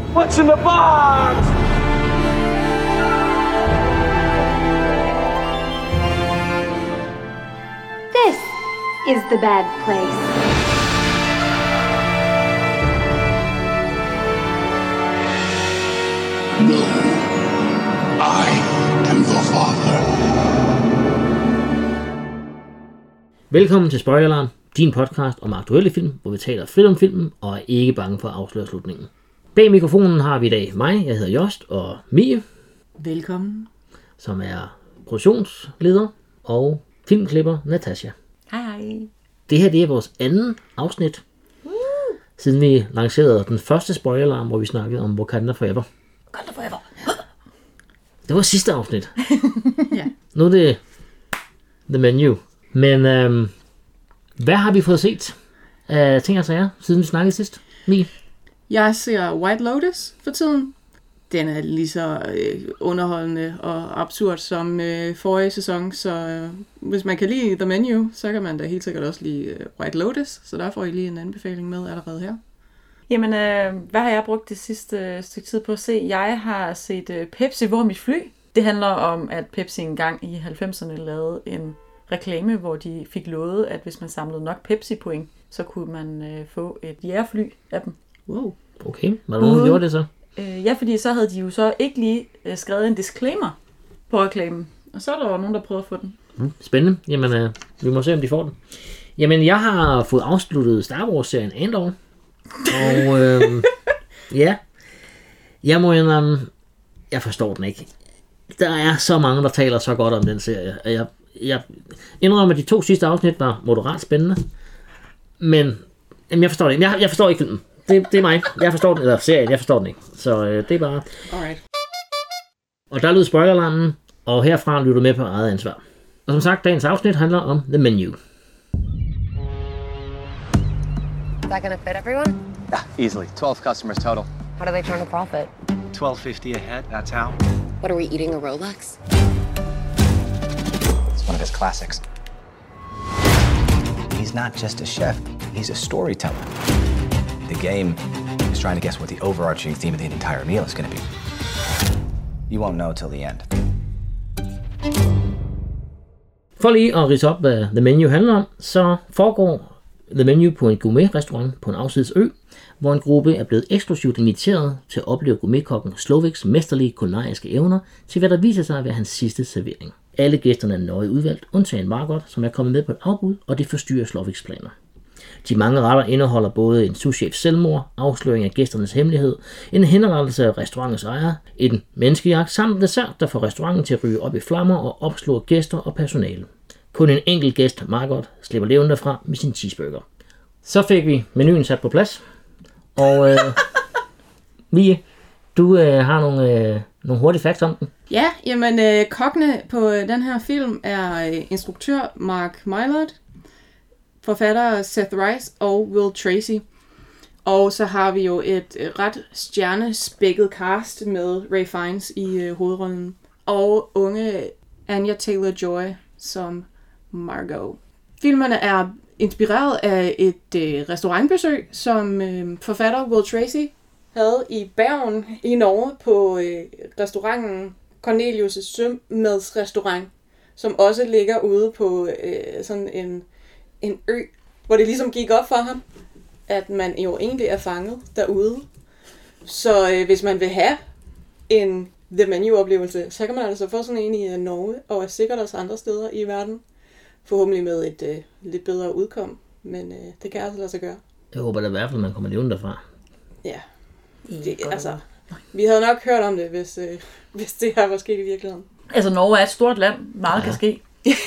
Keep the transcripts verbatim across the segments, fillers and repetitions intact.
What's in the box? This is the bad place. No, I am the Father. Velkommen til Spoiler-alarm, din podcast om aktuelle film, hvor vi taler frit om filmen og er ikke bange for at afsløre slutningen. Bag mikrofonen har vi i dag mig, jeg hedder Jost, og Mie. Velkommen. Som er produktionsleder, og filmklipper Natasha. Hej hej. Det her det er vores anden afsnit, uh. siden vi lancerede den første Spoiler-alarm, hvor vi snakkede om Wakanda Forever. Wakanda Forever. Det var sidste afsnit. Ja. Nu er det The Menu. Men øhm, hvad har vi fået set af ting og sager, siden vi snakkede sidst? Mie? Jeg ser White Lotus for tiden. Den er lige så øh, underholdende og absurd som øh, forrige sæson, så øh, hvis man kan lide The Menu, så kan man da helt sikkert også lide øh, White Lotus, så der får I lige en anbefaling med allerede her. Jamen, øh, hvad har jeg brugt det sidste stykke tid på at se? Jeg har set øh, Pepsi, hvor mit fly. Det handler om, at Pepsi engang i halvfemserne lavede en reklame, hvor de fik lovet, at hvis man samlede nok Pepsi-point, så kunne man øh, få et jægerfly af dem. Wow, okay. Var der nogen, der gjorde det så? Øh, ja, fordi så havde de jo så ikke lige øh, skrevet en disclaimer på reklamen. Og så er der jo nogen, der prøver at få den. Mm, spændende. Jamen, øh, vi må se, om de får den. Jamen, jeg har fået afsluttet Star Wars-serien Andor. Og øh, ja, jeg må indrømme, jeg forstår den ikke. Der er så mange, der taler så godt om den serie. Jeg, jeg indrømmer, at de to sidste afsnit var moderat spændende. Men jamen, jeg forstår det ikke. Jeg, jeg forstår ikke filmen. Det, det er mig. Jeg forstår den, eller serien, jeg forstår den ikke. Så øh, det er bare... Alright. Og der lød spoilerlarmen, og herfra lytter du med på eget ansvar. Og som sagt, dagens afsnit handler om The Menu. Is that gonna fit everyone? Yeah, easily. twelve customers total. How do they turn a profit? twelve fifty a head, that's how. What are we eating, a Rolex? It's one of his classics. He's not just a chef, he's a storyteller. The game is trying to guess what the overarching theme of the entire meal is going to be. You won't know till the end. For lige at ridse op, hvad The Menu handler om, så foregår The Menu på en gourmet-restaurant på en afsides ø, hvor en gruppe er blevet eksklusivt inviteret til at opleve gourmetkokken Sloviks mesterlige kulinariske evner til hvad der viser sig at være hans sidste servering. Alle gæsterne er nøje udvalgt, undtagen Margot, som er kommet med på et afbud, og det forstyrrer Sloviks planer. De mange retter indeholder både en souschefs selvmord, afsløring af gæsternes hemmelighed, en henrettelse af restaurantens ejer, en menneskejagt samt en dessert, der får restauranten til at ryge op i flammer og opslå gæster og personale. Kun en enkelt gæst, Margot, slipper levende derfra med sin cheeseburger. Så fik vi menuen sat på plads, og øh, Mie, du øh, har nogle, øh, nogle hurtige facts om den. Ja, jamen øh, kokkene på øh, den her film er øh, instruktør Mark Mylod, forfatter Seth Rice og Will Tracy. Og så har vi jo et øh, ret stjernespækket cast med Ray Fiennes i øh, hovedrollen. Og unge Anya Taylor-Joy som Margot. Filmerne er inspireret af et øh, restaurantbesøg, som øh, forfatter Will Tracy havde i Bergen i Norge på øh, restauranten Cornelius' Sømadsrestaurant, som også ligger ude på øh, sådan en, en ø, hvor det ligesom gik op for ham, at man jo egentlig er fanget derude. Så øh, hvis man vil have en The Menu-oplevelse, så kan man altså få sådan en i Norge, og er sikkert også andre steder i verden. Forhåbentlig med et øh, lidt bedre udkom, men øh, det kan altså lade sig gøre. Jeg håber da i hvert fald, man kommer levende derfra. Ja, det, altså, vi havde nok hørt om det, hvis, øh, hvis det her var sket i virkeligheden. Altså, Norge er et stort land. Meget ja. Kan ske.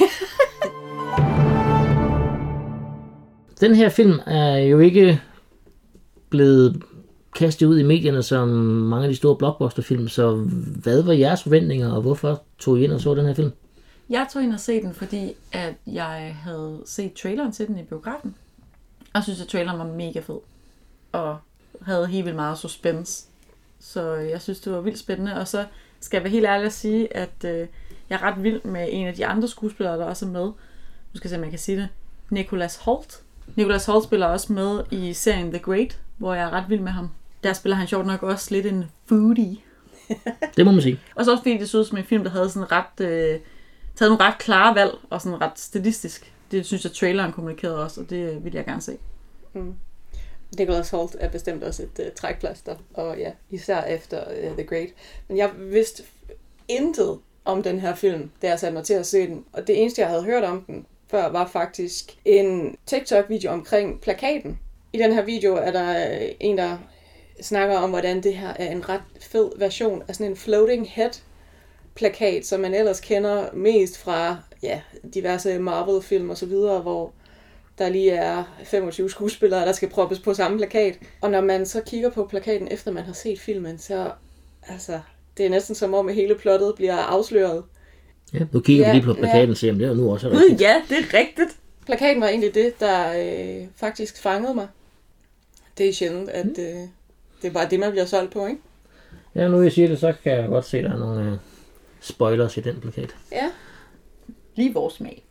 Den her film er jo ikke blevet kastet ud i medierne som mange af de store blockbusterfilm, så hvad var jeres forventninger, og hvorfor tog I ind og så den her film? Jeg tog ind og se den, fordi at jeg havde set traileren til den i biografen, og synes, at traileren var mega fed, og havde helt vildt meget suspense. Så jeg synes, det var vildt spændende, og så skal jeg være helt ærlig at sige, at øh, jeg er ret vild med en af de andre skuespillere, der også er med. Nu skal jeg se, om jeg kan sige det. Nicholas Hoult. Nicholas Hoult spiller også med i serien The Great, hvor jeg er ret vild med ham. Der spiller han sjovt nok også lidt en foodie. Det må man sige. Og så også fordi det så ud som en film, der havde sådan ret, øh, taget nogle ret klare valg, og sådan ret stilistisk. Det synes jeg, traileren kommunikerede også, og det vil jeg gerne se. Mm. Nicholas Hoult er bestemt også et uh, trækplaster, og ja, især efter uh, The Great. Men jeg vidste intet om den her film, da jeg satte mig til at se den. Og det eneste, jeg havde hørt om den før, var faktisk en TikTok-video omkring plakaten. I den her video er der en, der snakker om, hvordan det her er en ret fed version af sådan en floating head-plakat, som man ellers kender mest fra ja, diverse Marvel-film og så videre, hvor der lige er femogtyve skuespillere, der skal proppes på samme plakat. Og når man så kigger på plakaten, efter man har set filmen, så altså, det er næsten som om, at hele plottet bliver afsløret. Ja, nu kigger ja, vi lige på plakaten og siger, om det er nu også er rigtigt. Ja, det er rigtigt. Plakaten var egentlig det, der øh, faktisk fangede mig. Det er sjældent, at øh, det er bare det, man bliver solgt på, ikke? Ja, nu jeg siger det, så kan jeg godt se, at der er nogle øh, spoilers i den plakat. Ja. Lige vores smag.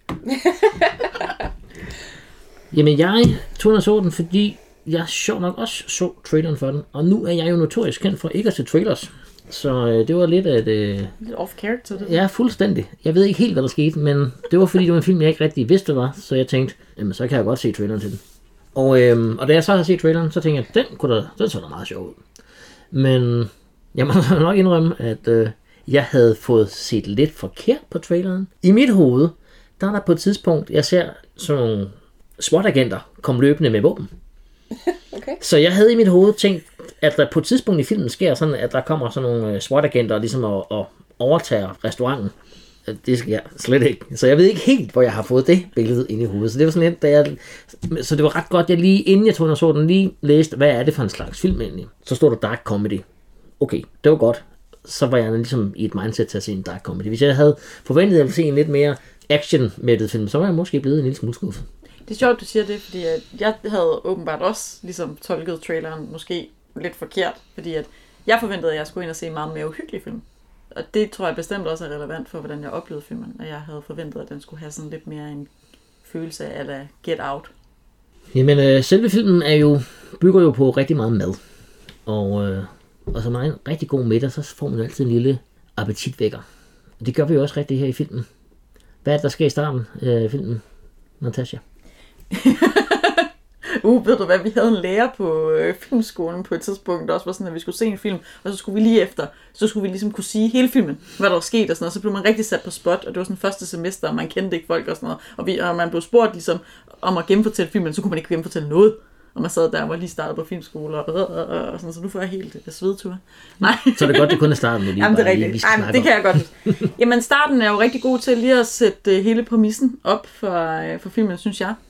Jamen, jeg tog og så den, fordi jeg sjovt nok også så traileren for den. Og nu er jeg jo notorisk kendt for ikke at se trailers. Så øh, det var lidt af et... Øh... Lidt off-character, det. Ja, fuldstændig. Jeg ved ikke helt, hvad der skete, men det var fordi, det var en film, jeg ikke rigtig vidste, hvad var. Så jeg tænkte, jamen, så kan jeg godt se traileren til den. Og, øh, og da jeg så havde set traileren, så tænkte jeg, den, kunne der, den så der meget sjov ud. Men jeg må nok indrømme, at øh, jeg havde fået set lidt forkert på traileren. I mit hoved, der er der på et tidspunkt, jeg ser sådan nogle SWAT-agenter komme løbende med våben. Okay. Så jeg havde i mit hoved tænkt, at der på et tidspunkt i filmen sker sådan, at der kommer sådan nogle SWAT-agenter ligesom og, og overtager restauranten. Det sker slet ikke. Så jeg ved ikke helt, hvor jeg har fået det billede ind i hovedet. Så det var sådan lidt, da jeg, så det var ret godt, jeg lige inden jeg tog den og så den, lige læste, hvad er det for en slags film egentlig. Så stod der dark comedy. Okay, det var godt. Så var jeg ligesom i et mindset til at se en dark comedy. Hvis jeg havde forventet at se en lidt mere action-mættet film, så var jeg måske blevet en lille smule skuffet. Det er sjovt, du siger det, fordi jeg havde åbenbart også ligesom tolket traileren måske lidt forkert, fordi at jeg forventede, at jeg skulle ind og se en meget mere uhyggelig film. Og det tror jeg bestemt også er relevant for, hvordan jeg oplevede filmen, og jeg havde forventet, at den skulle have sådan lidt mere en følelse af at Get Out. Jamen, øh, selve filmen er jo, bygger jo på rigtig meget mad, og, øh, og så meget en rigtig god middag, så får man jo altid en lille appetitvækker. Det gør vi jo også rigtig her i filmen. Hvad er det, der sker i starten af øh, filmen, Natasha? uh, ved du hvad, vi havde en lærer på øh, filmskolen på et tidspunkt, der også var sådan, at vi skulle se en film, og så skulle vi lige efter, så skulle vi ligesom kunne sige hele filmen, hvad der var sket og sådan noget, så blev man rigtig sat på spot, og det var sådan første semester, og man kendte ikke folk og sådan noget, og, vi, og man blev spurgt ligesom om at genfortælle filmen, så kunne man ikke genfortælle noget, og man sad der og var lige startet på filmskole, og, og, og, og sådan, så nu får jeg helt uh, svedtur. Nej. Så er det godt, det kun er starten, lige Jamen, det er bare, rigtigt. Jamen, det kan jeg godt. Jamen, starten er jo rigtig god til lige at sætte uh, hele præmissen op for, uh, for filmen, synes jeg.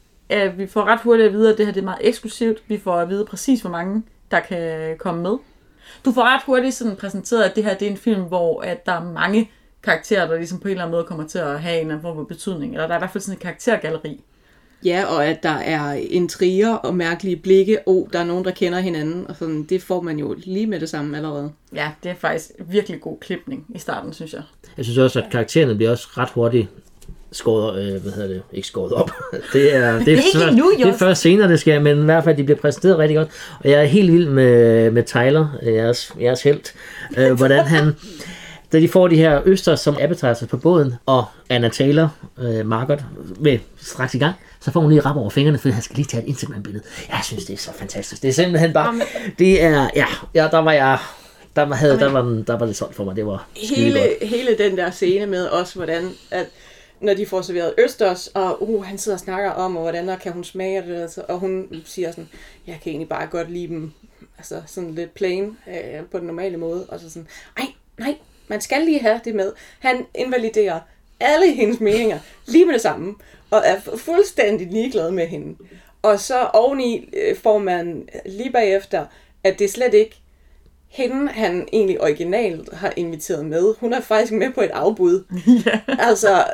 At vi får ret hurtigt at vide, at det her det er meget eksklusivt. Vi får at vide præcis, hvor mange der kan komme med. Du får ret hurtigt sådan præsenteret, at det her det er en film, hvor at der er mange karakterer, der ligesom på en eller anden måde kommer til at have en eller anden form for betydning. Eller der er i hvert fald sådan et karaktergalleri. Ja, og at der er intriger og mærkelige blikke. Oh, der er nogen, der kender hinanden. Og sådan, det får man jo lige med det samme allerede. Ja, det er faktisk virkelig god klipning i starten, synes jeg. Jeg synes også, at karaktererne bliver også ret hurtigt skåret, øh, hvad hedder det, ikke skåret op. Det er, det er, det er ikke først, endnu, det er først senere, det sker, men i hvert fald, de bliver præsenteret rigtig godt. Og jeg er helt vild med, med Tyler, jeres, jeres helt. Øh, hvordan han, da de får de her østers som appetizer på båden, og Anna Taylor, øh, Margot, med straks i gang, så får hun lige rap over fingrene, fordi han skal lige tage et Instagram-billede. Jeg synes, det er så fantastisk. Det er simpelthen bare, det er, ja, ja der var jeg, der, havde, der, var, der var det solgt for mig. Det var hele, hele den der scene med også, hvordan at når de får serveret østers, og uh, han sidder og snakker om, og hvordan der kan hun smage det, altså, og hun siger sådan, jeg kan egentlig bare godt lide dem, altså sådan lidt plain, øh, på den normale måde, og så sådan, ej, nej, man skal lige have det med. Han invaliderer alle hendes meninger, lige med det samme, og er fuldstændig ligeglad med hende. Og så oveni øh, får man lige bagefter, at det slet ikke hende, han egentlig originalt har inviteret med. Hun er faktisk med på et afbud. Ja. Altså,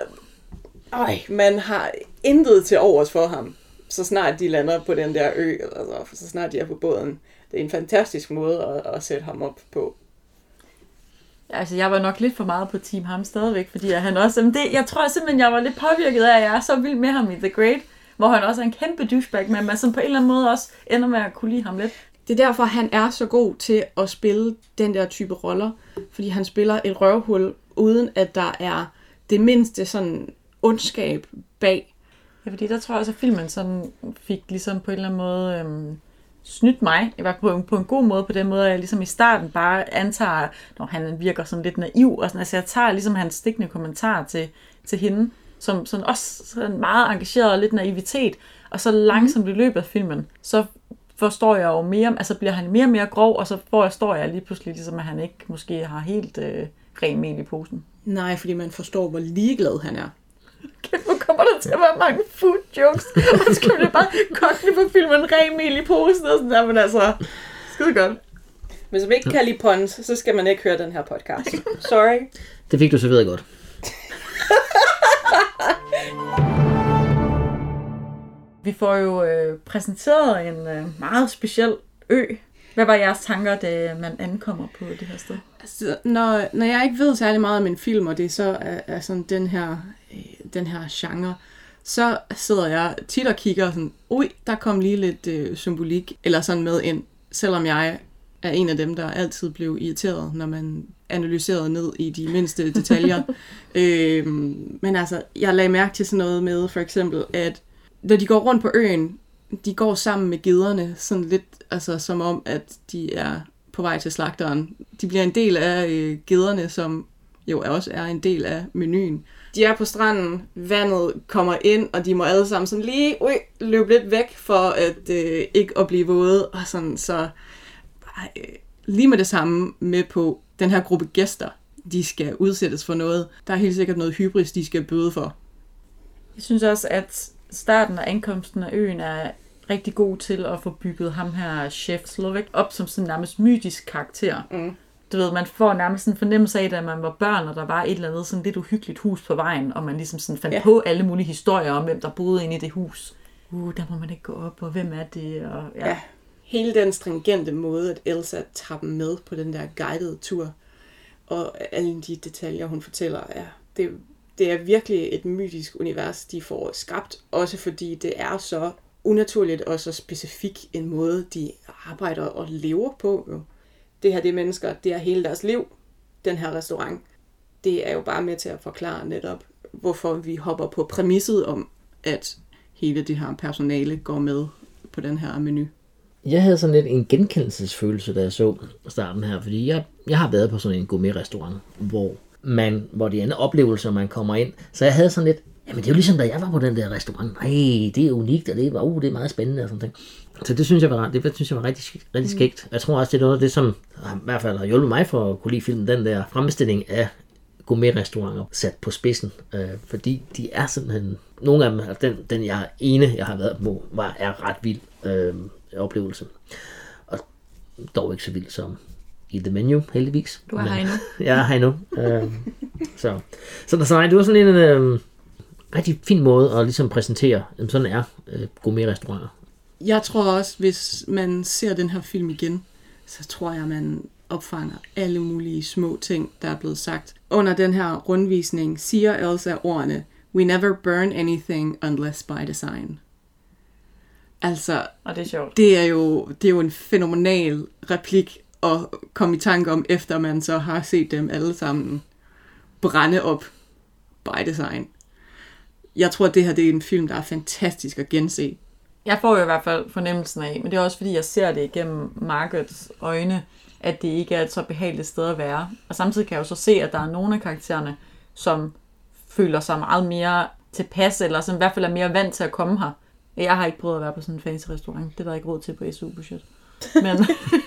øj, man har intet til overs for ham, så snart de lander på den der ø, altså, så snart de er på båden. Det er en fantastisk måde at, at sætte ham op på. Altså, jeg var nok lidt for meget på team ham stadigvæk, fordi han også, det, jeg tror simpelthen, jeg var lidt påvirket af, at jeg er så vild med ham i The Great, hvor han også er en kæmpe douchebag, men man sådan på en eller anden måde også ender med at kunne lide ham lidt. Det er derfor, han er så god til at spille den der type roller, fordi han spiller et røvhul, uden at der er det mindste sådan ondskab bag. Ja, fordi der tror jeg også, at filmen sådan fik ligesom på en eller anden måde øhm, snydt mig. Jeg var på en, på en god måde på den måde, at jeg ligesom i starten bare antager, når han virker sådan lidt naiv, og sådan, altså jeg tager ligesom hans stikkende kommentar til, til hende, som sådan også sådan meget engageret og lidt naivitet, og så langsomt i løbet af filmen, så forstår jeg jo mere, altså bliver han mere og mere grov, og så forstår jeg lige pludselig ligesom, at han ikke måske har helt øh, ren mel i posen. Nej, fordi man forstår, hvor ligeglad han er. Kæft, hvor kommer der til at være mange food jokes, og så bliver bare kogt på filmen ren mel i posen, og sådan der, men altså, skide godt. Hvis man ikke kan lide puns, så skal man ikke høre den her podcast. Sorry. Det fik du så videre godt. Vi får jo øh, præsenteret en øh, meget speciel ø. Hvad var jeres tanker, da man ankommer på det her sted? Altså, når, når jeg ikke ved særlig meget om en film, og det så er, er sådan den her, øh, den her genre, så sidder jeg tit og kigger sådan, ui, der kom lige lidt øh, symbolik, eller sådan med ind, selvom jeg er en af dem, der altid blev irriteret, når man analyserede ned i de mindste detaljer. øh, men altså, jeg lagde mærke til sådan noget med, for eksempel, at når de går rundt på øen, de går sammen med gederne, sådan lidt altså, som om, at de er på vej til slagteren. De bliver en del af øh, gederne, som jo også er en del af menuen. De er på stranden, vandet kommer ind, og de må alle sammen sådan lige ui, løbe lidt væk, for at øh, ikke at blive våde, og sådan så øh, lige med det samme med på den her gruppe gæster, de skal udsættes for noget. Der er helt sikkert noget hybris, de skal bøde for. Jeg synes også, at starten og ankomsten af øen er rigtig god til at få bygget ham her Chef Slovak op som sådan nærmest mytisk karakter. Mm. Du ved, man får nærmest en fornemmelse af, at man var børn, og der var et eller andet sådan lidt uhyggeligt hus på vejen, og man ligesom sådan fandt ja. på alle mulige historier om, hvem der boede inde i det hus. Uh, der må man ikke gå op, og hvem er det? Og, ja. ja. Hele den stringente måde, at Elsa tager dem med på den der guidede tur, og alle de detaljer, hun fortæller, ja, det, det er virkelig et mytisk univers, de får skabt, også fordi det er så unaturligt og så specifik en måde, de arbejder og lever på. Jo. Det her, det er mennesker, det er hele deres liv, den her restaurant. Det er jo bare med til at forklare netop, hvorfor vi hopper på præmisset om, at hele det her personale går med på den her menu. Jeg havde sådan lidt en genkendelsesfølelse, da jeg så starten her, fordi jeg, jeg har været på sådan en gourmet-restaurant, hvor man, hvor det er en oplevelse, man kommer ind. Så jeg havde sådan lidt, jamen det er jo ligesom, da jeg var på den der restaurant. Nej, det er unikt, og det, var, uh, det er meget spændende og sådan ting. Så det synes jeg var, det synes jeg var rigtig, rigtig skægt. Jeg tror også, det er noget af det, som i hvert fald har hjulpet mig for at kunne lide filmen, den der fremstilling af gourmet-restauranter sat på spidsen. Øh, fordi de er simpelthen, nogle af dem, den, den jeg ene, jeg har været på, var, er ret vild øh, oplevelse. Og dog ikke så vild som i The Menu, heldigvis. Du er her endnu. Jeg er her endnu. øh, så. Så, så nej, det var sådan en øh, rigtig fin måde at ligesom præsentere, at sådan er øh, gourmet-restauranter. Jeg tror også, hvis man ser den her film igen, så tror jeg, man opfanger alle mulige små ting, der er blevet sagt. Under den her rundvisning siger Elsa ordene, "We never burn anything unless by design." Altså, og det er sjovt. Det er jo, det er jo en fænomenal replik at komme i tanke om, efter man så har set dem alle sammen brænde op by design. Jeg tror, at det her det er en film, der er fantastisk at gense. Jeg får jo i hvert fald fornemmelsen af, men det er også fordi, jeg ser det igennem Margarets øjne, at det ikke er et så behageligt sted at være. Og samtidig kan jeg jo så se, at der er nogle af karaktererne, som føler sig meget mere tilpas, eller som i hvert fald er mere vant til at komme her. Jeg har ikke prøvet at være på sådan en fancy restaurant. Det er der ikke råd til på S U-budget. Men,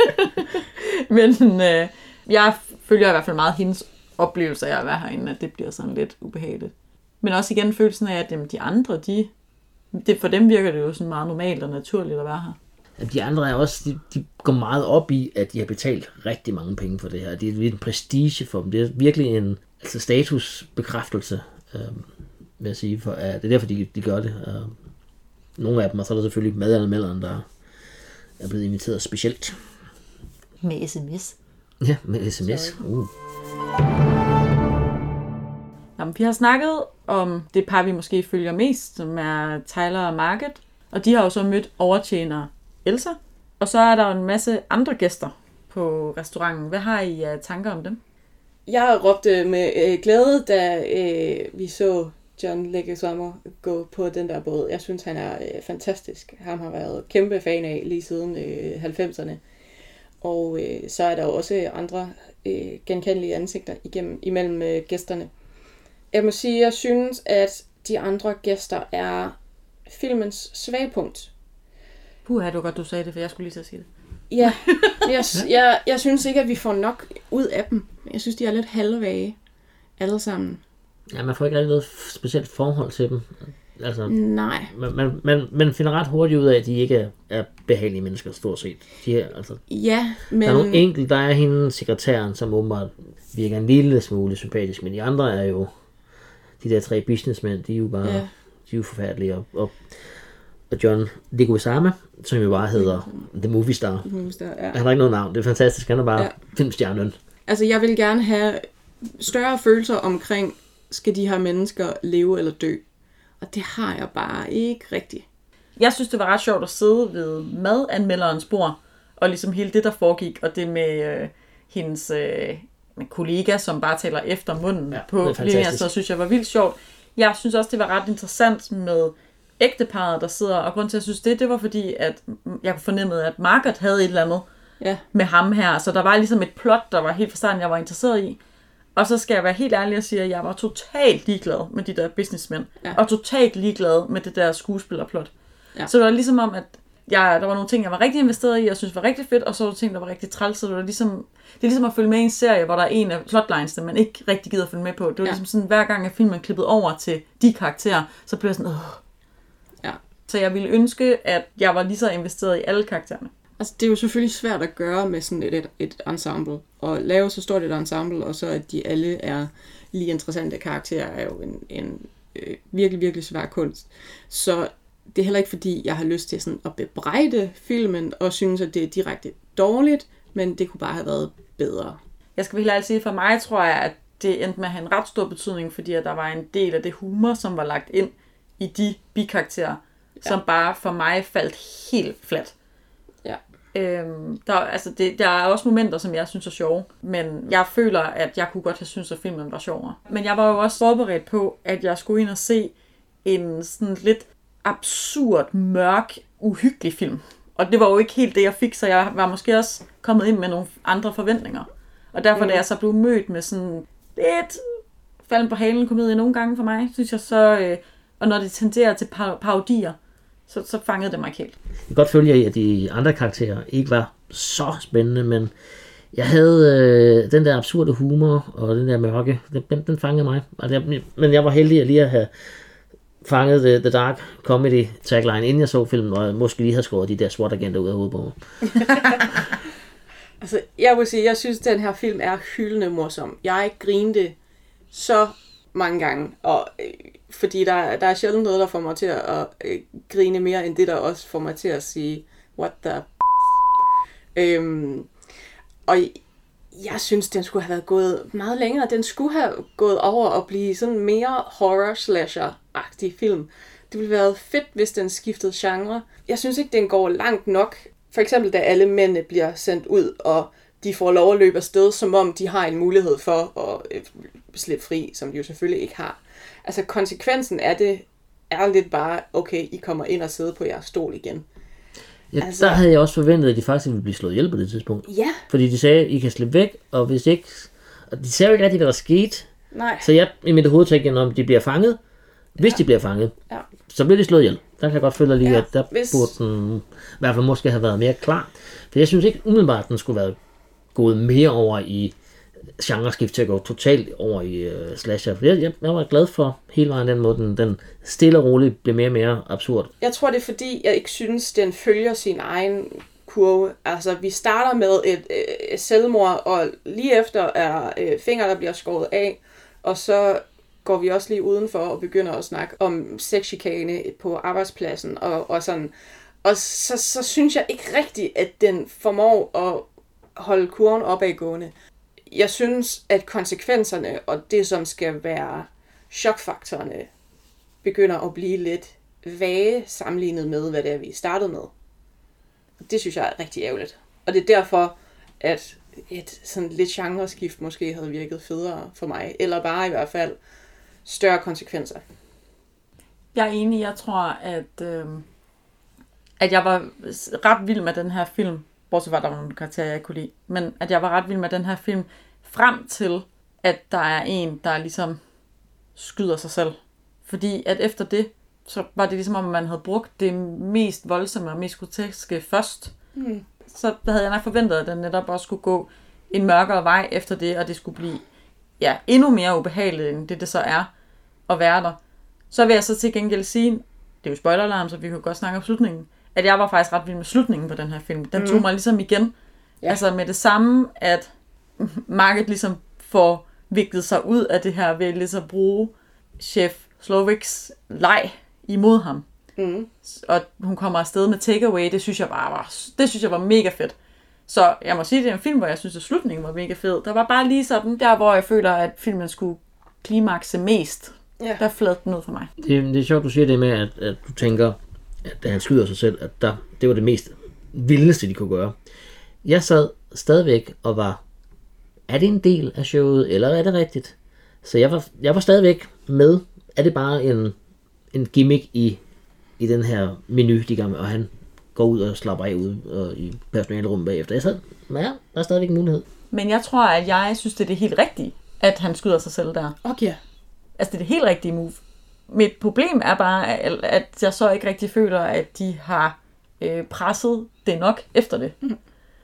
men øh, jeg følger i hvert fald meget hendes oplevelse af at være herinde, at det bliver sådan lidt ubehageligt. Men også igen følelsen af, at jamen, de andre, de, det, for dem virker det jo sådan meget normalt og naturligt at være her. De andre er også, de, de går meget op i, at de har betalt rigtig mange penge for det her. Det er en prestige for dem. Det er virkelig en altså statusbekræftelse, øh, vil jeg sige. For, uh, det er derfor, de, de gør det. Uh, nogle af dem, og så er der selvfølgelig madanmelderen, der er blevet inviteret specielt. Med sms. Ja, med sms. Uh. Jamen, vi har snakket om det par, vi måske følger mest, som er Tyler og Margaret. Og de har jo så mødt overtjener Elsa. Og så er der en masse andre gæster på restauranten. Hvad har I af tanker om dem? Jeg råbte med øh, glæde, da øh, vi så John Leguizamo gå på den der båd. Jeg synes, han er øh, fantastisk. Ham har været kæmpe fan af lige siden øh, halvfemserne. Og øh, så er der også andre øh, genkendelige ansigter igennem, imellem øh, gæsterne. Jeg må sige, jeg synes, at de andre gæster er filmens svagpunkt. Puha, det var godt, du sagde det, for jeg skulle lige til at sige det. Ja, jeg, jeg, jeg synes ikke, at vi får nok ud af dem. Jeg synes, de er lidt halvvage alle sammen. Ja, man får ikke rigtig noget specielt forhold til dem. Altså, Nej. Man, man, man, man finder ret hurtigt ud af, at de ikke er, er behagelige mennesker, stort set. De er, altså, Ja, men... der er nogle enkelte, der er hende, sekretæren, som åbenbart virker en lille smule sympatisk, men de andre er jo, de der tre businessmænd, de er jo bare, ja. de er jo forfærdelige. Og, og, og John Leguizamo, som jo bare hedder The Movie Star. The Movie Star, ja. Han har ikke noget navn, det er fantastisk, han er bare ja. filmstjernen. Altså, jeg vil gerne have større følelser omkring, skal de her mennesker leve eller dø? Og det har jeg bare ikke rigtigt. Jeg synes, det var ret sjovt at sidde ved madanmelderens bord, og ligesom hele det, der foregik, og det med øh, hendes øh, med kollega, som bare taler efter munden ja, på linjen, så synes jeg var vildt sjovt. Jeg synes også, det var ret interessant med ægteparret, der sidder, og grund til, at jeg synes det, det var fordi, at jeg fornemmede, at Margaret havde et eller andet ja. med ham her, så der var ligesom et plot, der var helt fra starten, jeg var interesseret i. Og så skal jeg være helt ærlig og sige, at jeg var totalt ligeglad med de der businessmænd. Ja. Og totalt ligeglad med det der skuespillerplot. Ja. Så det var ligesom om, at jeg, der var nogle ting, jeg var rigtig investeret i, og synes var rigtig fedt, og så var der ting, der var rigtig træls. Så det var ligesom, det er ligesom at følge med i en serie, hvor der er en af plotlines, der man ikke rigtig gider at følge med på. Det var ja. ligesom sådan, hver gang at filmen klippede over til de karakterer, så blev jeg sådan, åh. Ja. Så jeg ville ønske, at jeg var lige så investeret i alle karaktererne. Altså, det er jo selvfølgelig svært at gøre med sådan et, et, et ensemble. Og lave så stort et ensemble, og så at de alle er lige interessante karakterer, er jo en, en øh, virkelig, virkelig svær kunst. Så det er heller ikke fordi, jeg har lyst til sådan at bebrejde filmen, og synes, at det er direkte dårligt, men det kunne bare have været bedre. Jeg skal helt ærligt sige, for mig tror jeg, at det endte med at have en ret stor betydning, fordi at der var en del af det humor, som var lagt ind i de bikarakterer, ja. som bare for mig faldt helt fladt. Ja. Øhm, der, altså det, der er også momenter, som jeg synes er sjove, men jeg føler, at jeg kunne godt have syntes, at filmen var sjovere. Men jeg var jo også forberedt på, at jeg skulle ind og se en sådan lidt absurd, mørk, uhyggelig film. Og det var jo ikke helt det, jeg fik, så jeg var måske også kommet ind med nogle andre forventninger. Og derfor, mm. da jeg så blev mødt med sådan lidt falden på halen komedie nogle gange for mig, synes jeg så, øh, og når det tenderer til par- parodier, Så, så fangede det mig ikke helt. Jeg kan godt følge, at de andre karakterer ikke var så spændende, men jeg havde øh, den der absurde humor og den der mørke, den, den fangede mig. Jeg, men jeg var heldig at lige at have fanget the, the Dark Comedy tagline, inden jeg så filmen, og måske lige havde skåret de der SWAT-agenter ud af hovedet på mig. Altså, jeg vil sige, jeg synes, at den her film er hyldende morsom. Jeg grinte så mange gange, og øh, fordi der, der er sjældent noget, der får mig til at, at øh, grine mere, end det, der også får mig til at sige, what the øhm, og jeg synes, den skulle have været gået meget længere. Den skulle have gået over og blive sådan mere horror-slasher-agtig film. Det ville have været fedt, hvis den skiftede genre. Jeg synes ikke, den går langt nok. For eksempel, da alle mændene bliver sendt ud, og de får lov at løbe afsted, som om de har en mulighed for at øh, slippe fri, som de jo selvfølgelig ikke har. Altså, konsekvensen af det er lidt bare, okay, I kommer ind og sidder på jeres stol igen. Ja, altså, der havde jeg også forventet, at de faktisk ville blive slået ihjel på det tidspunkt. Ja. Fordi de sagde, I kan slippe væk, og hvis ikke... Og de sagde jo ikke rigtigt, hvad der skete. Nej. Så jeg i mit hoved tænkte, om de bliver fanget. Hvis ja. de bliver fanget, ja. så bliver de slået ihjel. Der kan jeg godt føle lige, ja, at der hvis... burde den i hvert fald måske have været mere klar. For jeg synes ikke umiddelbart, at den skulle være gået mere over i genreskift til at gå totalt over i uh, slasher. Jeg, jeg, jeg var glad for hele vejen den måde, den, den stille og roligt blev mere og mere absurd. Jeg tror, det er fordi, jeg ikke synes, den følger sin egen kurve. Altså, vi starter med et øh, selvmord, og lige efter er øh, fingre, der bliver skåret af, og så går vi også lige udenfor og begynder at snakke om sexchikane på arbejdspladsen, og, og sådan. Og så, så synes jeg ikke rigtigt, at den formår at holde kurven opadgående. Jeg synes, at konsekvenserne og det, som skal være chokfaktorerne, begynder at blive lidt vage sammenlignet med, hvad det er, vi startede med. Det synes jeg er rigtig ærgerligt. Og det er derfor, at et sådan lidt genreskift måske havde virket federe for mig. Eller bare i hvert fald større konsekvenser. Jeg er enig. Jeg tror, at, øh, at jeg var ret vild med den her film. Bortset fra, at der var nogle karakterer, jeg ikke kunne lide. Men at jeg var ret vild med den her film. Frem til, at der er en, der ligesom skyder sig selv. Fordi at efter det, så var det ligesom, om man havde brugt det mest voldsomme og mest groteske først. Mm. Så havde jeg nok forventet, at den netop også skulle gå en mørkere vej efter det, og det skulle blive ja, endnu mere ubehageligt, end det det så er at være der. Så vil jeg så til gengæld sige, det er jo spoiler-alarm, så vi kan godt snakke om slutningen, at jeg var faktisk ret vild med slutningen på den her film. Den mm. tog mig ligesom igen. Ja. Altså med det samme, at Margaret ligesom får viklet sig ud af det her ved ligesom at bruge chef Slovics leg imod ham. Mm. Og hun kommer afsted med takeaway, det synes jeg bare var, det synes jeg var mega fedt. Så jeg må sige, det er en film, hvor jeg synes, at slutningen var mega fed. Der var bare lige sådan, der hvor jeg føler, at filmen skulle klimakse mest. Ja. Der flad den ud for mig. Det, det er sjovt, du siger det med, at, at du tænker, at da han skyder sig selv, at der, det var det mest vildeste, de kunne gøre. Jeg sad stadigvæk og var, er det en del af showet, eller er det rigtigt? Så jeg var, jeg var stadigvæk med, er det bare en, en gimmick i, i den her menu, de gør med, og han går ud og slapper af ude og i personalerummet bagefter. Jeg sad, ja, der er stadigvæk en mulighed. Men jeg tror, at jeg synes, det er det helt rigtige, at han skyder sig selv der. Okay. Altså, det er det helt rigtige move. Mit problem er bare, at jeg så ikke rigtig føler, at de har øh, presset det nok efter det. Mm.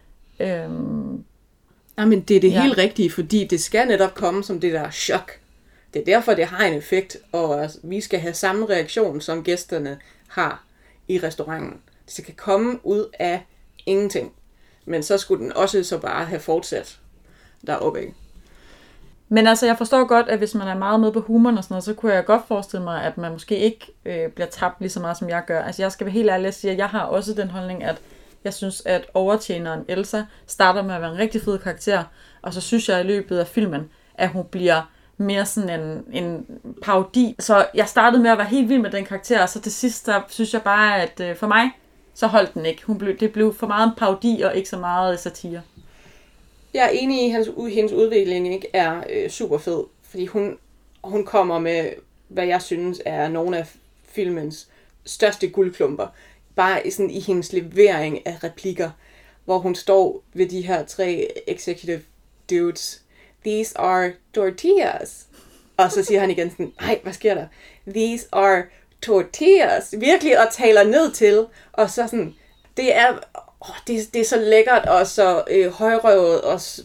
Øhm, Jamen, det er det ja. helt rigtige, fordi det skal netop komme som det der chok. Det er derfor, det har en effekt, og altså, vi skal have samme reaktion, som gæsterne har i restauranten. Det skal komme ud af ingenting. Men så skulle den også så bare have fortsat deroppe, ikke? Men altså, jeg forstår godt, at hvis man er meget med på humoren og sådan noget, så kunne jeg godt forestille mig, at man måske ikke øh, bliver tabt lige så meget, som jeg gør. Altså, jeg skal være helt ærlig at sige, at jeg har også den holdning, at jeg synes, at overtjeneren Elsa starter med at være en rigtig fed karakter, og så synes jeg i løbet af filmen, at hun bliver mere sådan en, en parodi. Så jeg startede med at være helt vild med den karakter, og så til sidst, der synes jeg bare, at øh, for mig, så holdt den ikke. Hun blev, det blev for meget en parodi, og ikke så meget satire. Jeg er enig i, at hendes udvikling ikke er øh, super fed, fordi hun, hun kommer med, hvad jeg synes er nogle af filmens største guldklumper. Bare sådan i hendes levering af replikker, hvor hun står ved de her tre executive dudes. These are tortillas. Og så siger han igen sådan, nej, hvad sker der? These are tortillas. Virkelig, og taler ned til, og så sådan, det er... Oh, det, det er så lækkert og så øh, højrøvet og s-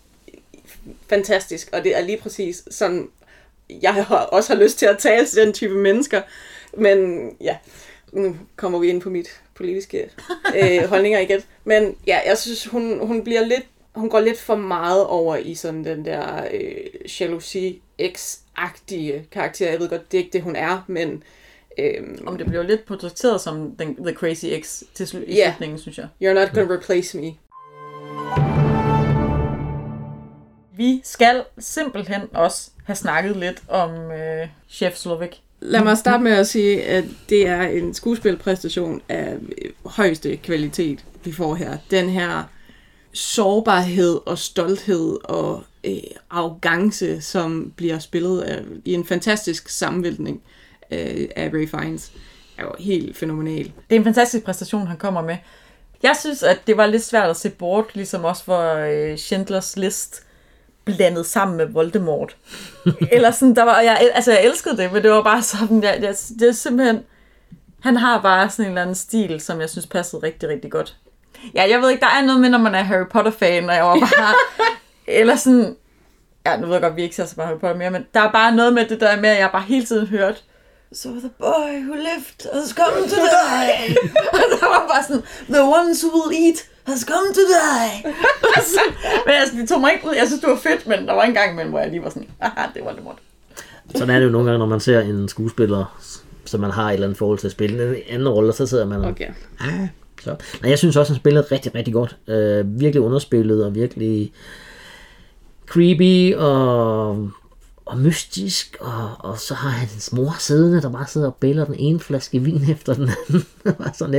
fantastisk, og det er lige præcis sådan, jeg har, også har lyst til at tale til den type mennesker. Men ja, nu kommer vi ind på mit politiske øh, holdninger igen. Men ja, jeg synes, hun, hun bliver lidt, hun går lidt for meget over i sådan den der øh, jalousi-X-agtige karakter. Jeg ved godt, det er ikke det, hun er, men... Øhm, Om det bliver lidt portrætteret som den, The Crazy X til sl- i yeah. slutningen, synes jeg. You're not gonna replace me. Vi skal simpelthen også have snakket lidt om øh, Chef Slovic. Lad mig starte med at sige, at det er en skuespilpræstation af højeste kvalitet, vi får her. Den her sårbarhed og stolthed og øh, arrogance, som bliver spillet af, i en fantastisk sammenvæltning af Ray Fiennes, er jo helt fænomenal. Det er en fantastisk præstation, han kommer med. Jeg synes, at det var lidt svært at se bort, ligesom også for øh, Schindlers List blandet sammen med Voldemort. Eller sådan, der var, jeg, altså jeg elskede det, men det var bare sådan, jeg, jeg, det er simpelthen, han har bare sådan en eller anden stil, som jeg synes passede rigtig, rigtig godt. Ja, jeg ved ikke, der er noget med, når man er Harry Potter-fan, og jeg var bare, eller sådan, ja, nu ved jeg godt, vi ikke ser så bare Harry Potter mere, men der er bare noget med det der med, at jeg bare hele tiden hørte, so the boy who lived has come to die. Og der var bare sådan, the ones who will eat has come to die. Men altså, det tog mig ikke ud. Jeg synes, det var fedt, men der var en gang imellem, hvor jeg lige var sådan, aha, det var det måtte. Sådan er det jo nogle gange, når man ser en skuespiller, som man har et eller andet forhold til at spille en anden rolle, og så sidder man og... Okay. Ah, så. Nej, jeg synes også, han spillede rigtig, rigtig godt. Øh, virkelig underspillet og virkelig creepy og... og mystisk, og, og så har hans mor siddende, der bare sidder og bæller den ene flaske vin efter den anden. Det var sådan lidt.